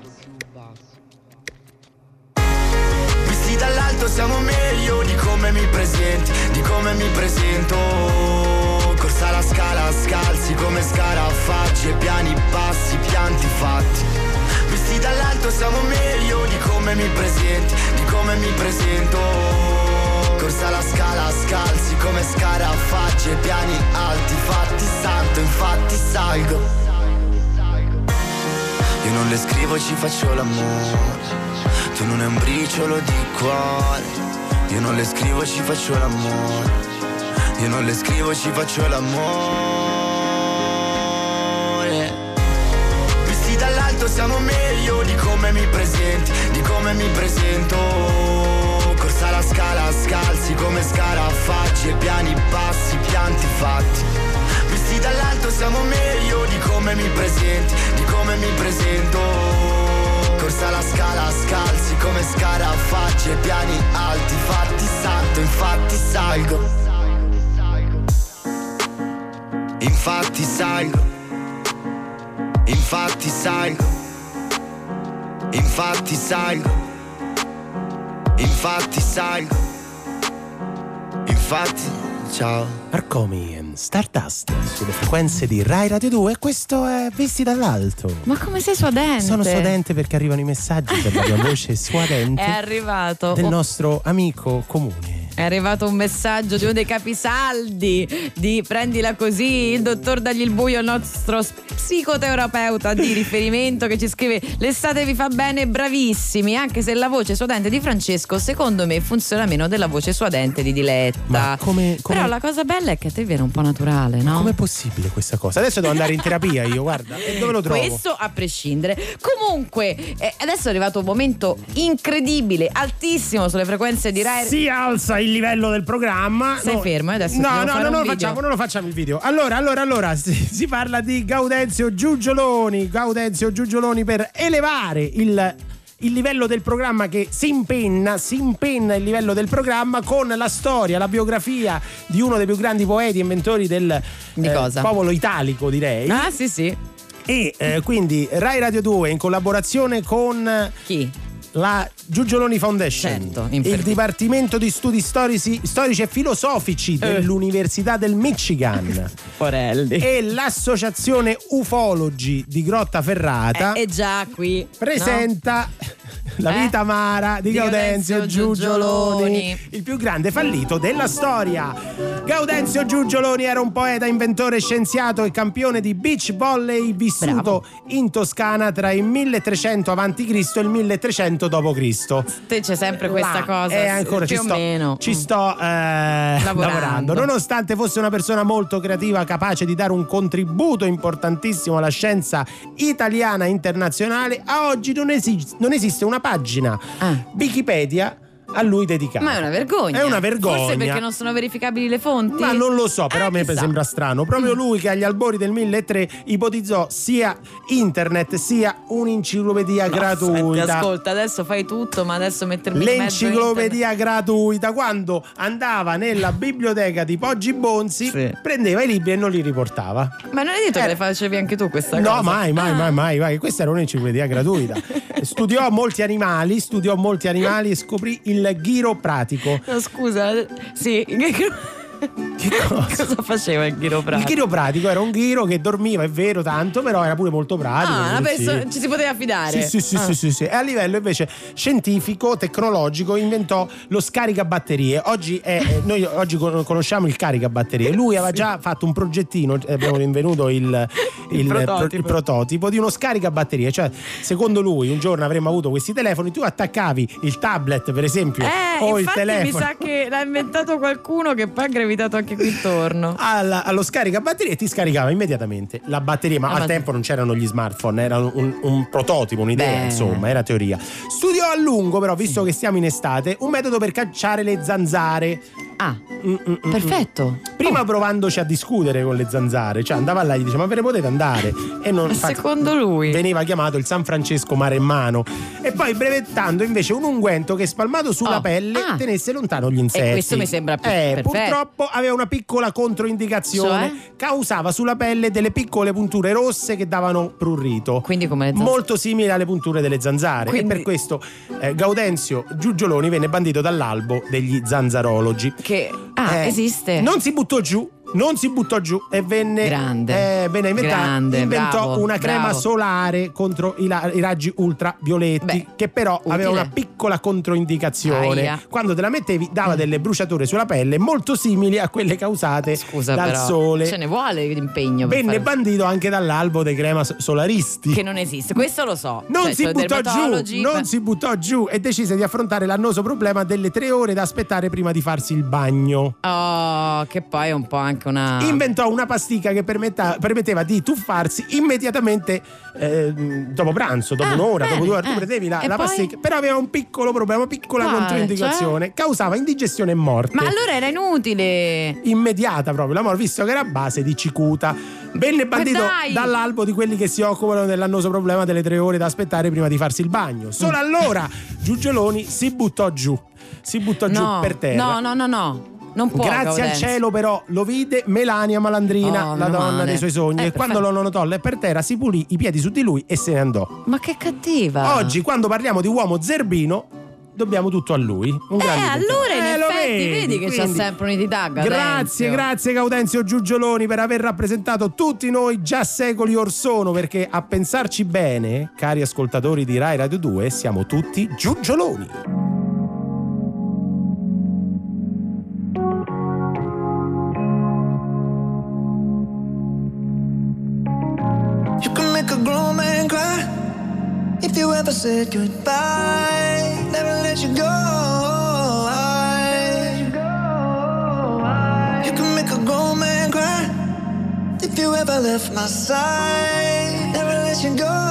Dall'alto siamo meglio di come mi presenti, di come mi presento. Corsa alla la scala scalzi come scarafaggi e piani bassi, pianti fatti. Visti dall'alto siamo meglio di come mi presenti, di come mi presento. Corsa alla scala scalzi come scarafaggi e piani alti, fatti santo, infatti salgo. Io non le scrivo, ci faccio l'amore. Tu non è un briciolo di cuore. Io non le scrivo, ci faccio l'amore. Io non le scrivo, ci faccio l'amore. Visti dall'alto siamo meglio di come mi presenti, di come mi presento. Corsa alla scala scalzi come scarafaggi e piani bassi, pianti fatti. Visti dall'alto siamo meglio di come mi presenti, di come mi presento. Corsa alla scala scalzi come scarafaggi e piani alti, fatti santo, infatti salgo. Infatti salgo. Infatti salgo. Infatti salgo. Infatti salgo. Infatti, ciao. Marcomi and Stardust sulle frequenze di Rai Radio 2. Questo è Visti dall'alto. Ma come sei suadente? Sono suadente perché arrivano i messaggi per la mia voce suadente. È arrivato del nostro amico comune. È arrivato un messaggio di uno dei capisaldi di Prendila Così, il dottor Dagli il Buio, il nostro psicoterapeuta di riferimento, che ci scrive: l'estate vi fa bene, bravissimi, anche se la voce suadente di Francesco secondo me funziona meno della voce suadente di Diletta. Ma come... Però la cosa bella è che a te viene un po' naturale, no? Com'è possibile questa cosa? Adesso devo andare in terapia io, guarda. E dove lo trovo? Questo a prescindere. Comunque adesso è arrivato un momento incredibile, altissimo sulle frequenze di Rai. Si alza il livello del programma. Sei fermo adesso? No, non lo facciamo il video. Allora si parla di Gaudenzio Giugioloni per elevare il livello del programma, che si impenna il livello del programma con la storia, la biografia di uno dei più grandi poeti e inventori del popolo italico, direi. Ah, sì. E quindi Rai Radio 2 in collaborazione con chi? La Giugioloni Foundation, certo, il Dipartimento di Studi Storici e Filosofici dell'Università del Michigan Porelli. E l'Associazione Ufologi di Grottaferrata è già qui presenta, no? La vita amara di Gaudenzio Giugioloni, il più grande fallito della storia. Gaudenzio Giugioloni era un poeta, inventore, scienziato e campione di beach volley vissuto in Toscana tra il 1300 a.C. e il 1300 d.C. Te c'è sempre questa cosa, e ancora più o meno. Ci sto lavorando. Nonostante fosse una persona molto creativa, capace di dare un contributo importantissimo alla scienza italiana e internazionale, a oggi non esiste una pagina Wikipedia a lui dedicata. Ma è una vergogna. È una vergogna. Forse perché non sono verificabili le fonti? Ma non lo so, però a me sembra strano. Proprio lui, che agli albori del 1300 ipotizzò sia internet sia un'enciclopedia gratuita. Ascolta, adesso fai tutto, ma adesso mettermi in mezzo l'enciclopedia gratuita, quando andava nella biblioteca di Poggi Bonzi, prendeva i libri e non li riportava. Ma non hai detto che le facevi anche tu questa cosa? No, mai. Questa era un'enciclopedia gratuita. Studiò molti animali e scoprì il chiropratico. No, scusa, sì. Che cosa faceva il chiropratico? Il chiropratico era un chiro che dormiva, è vero, tanto, però era pure molto pratico. Una persona ci si poteva fidare. Sì. E a livello invece scientifico, tecnologico, inventò lo scaricabatterie. Noi oggi conosciamo il caricabatterie. Lui aveva già fatto un progettino, abbiamo rinvenuto il prototipo di uno scaricabatterie. Cioè, secondo lui, un giorno avremmo avuto questi telefoni, tu attaccavi il tablet, per esempio, o il telefono. Mi sa che l'ha inventato qualcuno che poi ha gravitato anche qui intorno allo scaricabatterie e ti scaricava immediatamente la batteria. Ma al tempo non c'erano gli smartphone, era un prototipo, un'idea, insomma, era teoria. Studiò a lungo, però, visto che stiamo in estate, un metodo per cacciare le zanzare. Perfetto. Prima provandoci a discutere con le zanzare, cioè andava là e gli diceva: ma ve ne potete andare? E non, secondo lui veniva chiamato il San Francesco Maremmano. E poi brevettando invece un unguento che, spalmato sulla pelle, tenesse lontano gli insetti. E questo mi sembra più perfetto. Purtroppo aveva una piccola controindicazione, causava sulla pelle delle piccole punture rosse che davano prurito. Quindi come le zanzare, molto simili alle punture delle zanzare. E per questo Gaudenzio Giugioloni venne bandito dall'albo degli zanzarologi. Che esiste. Non si buttò giù, non si buttò giù e venne inventò bravo, una crema bravo. solare contro i raggi ultravioletti, che però aveva una piccola controindicazione. Aia. Quando te la mettevi dava delle bruciature sulla pelle molto simili a quelle causate dal però, sole. ce ne vuole l'impegno per Venne fare... bandito anche dall'albo dei crema solaristi, che non esiste, questo lo so. non Cioè, si buttò giù e decise di affrontare l'annoso problema delle 3 ore da aspettare prima di farsi il bagno. Oh, che poi è un po' anche una... Inventò una pasticca che permetteva di tuffarsi immediatamente dopo pranzo, dopo un'ora, dopo 2 ore. Tu prendevi la poi? pasticca, però aveva un piccolo problema, piccola Quale? controindicazione, causava indigestione e morte. Ma allora era inutile. Immediata proprio la morte, visto che era a base di cicuta. Venne bandito dall'albo di quelli che si occupano dell'annoso problema delle 3 ore da aspettare prima di farsi il bagno. Solo allora Giugioloni si buttò giù giù per terra. No. Non può, grazie Gaudenzi. al cielo però lo vide Melania Malandrina, la donna male. dei suoi sogni, e quando lo notò là per terra si pulì i piedi su di lui e se ne andò. Ma che cattiva. Oggi quando parliamo di uomo zerbino dobbiamo tutto a lui. Un grande allora in lo effetti vedi che c'è quindi, sempre unità, Gaudenzio. grazie Gaudenzio Giugioloni per aver rappresentato tutti noi già secoli or sono, perché a pensarci bene, cari ascoltatori di Rai Radio 2, siamo tutti Giugioloni. You can make a grown man cry if you ever said goodbye. Never let you go. You can make a grown man cry if you ever left my side. Never let you go.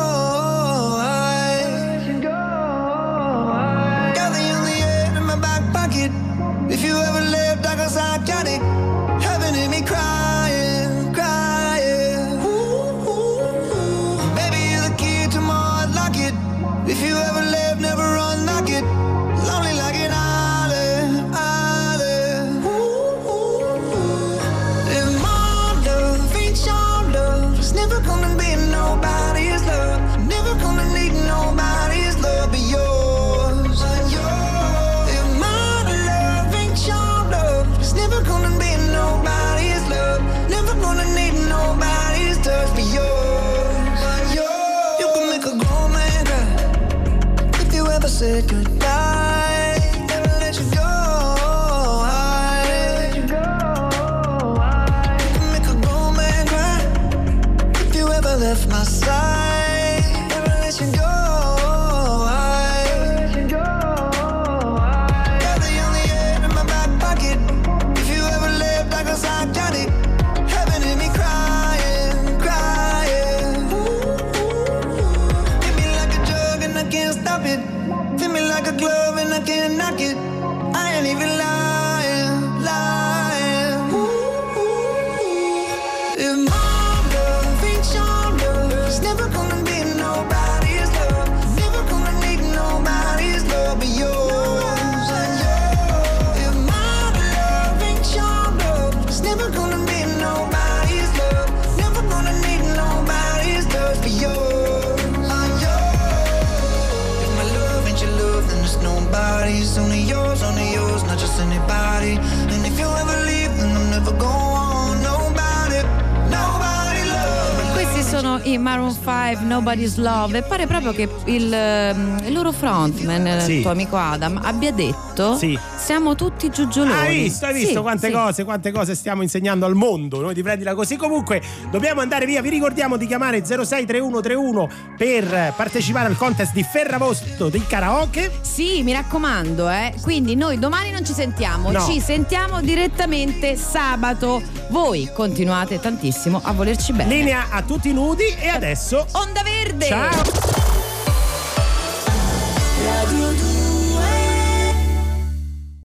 Got the only air in my back pocket. If you ever left, I guess I got it. Heaven in me crying, crying. Baby, you're the key to my heart, lock it. If you ever left, never unlock it. Lonely like an island, island. If my love ain't your love, it's never gonna be nobody's love. Never gonna need nobody's love but yours. If my love ain't your love, it's never gonna be nobody's love. Never gonna need nobody's touch but yours. You can make a grown man cry if you ever said goodbye. Never let you go. You can make a grown man cry if you ever left my side. Never let you go. Got the only air in my back pocket. If you ever left, I guess I got it. Heaven in me crying, crying. Hit me like a drug and I can't stop it. Feel me like a glove and I can't knock it. I ain't even lying, lying. If my love ain't your love, it's never gonna be nobody's love. Never gonna need nobody's love but yours. If my love ain't your love, it's never gonna be nobody's love. Never gonna need nobody's love but yours. If my love ain't your love, then it's nobody's. Only yours, not just anybody. And if you ever leave, then I'm never going. Nobody love me. Questi sono i Maroon 5, Nobody's Love, e pare proprio che il loro frontman, il tuo amico Adam, abbia detto siamo tutti giugioloni. Hai visto quante cose stiamo insegnando al mondo, noi di Prendila Così. Comunque dobbiamo andare via, vi ricordiamo di chiamare 063131 per partecipare al contest di Ferragosto di karaoke. Sì, mi raccomando, quindi noi domani non ci sentiamo, ci sentiamo direttamente sabato. Voi continuate tantissimo a volerci bene. Linea a tutti nudi e adesso Onda Verde. Ciao.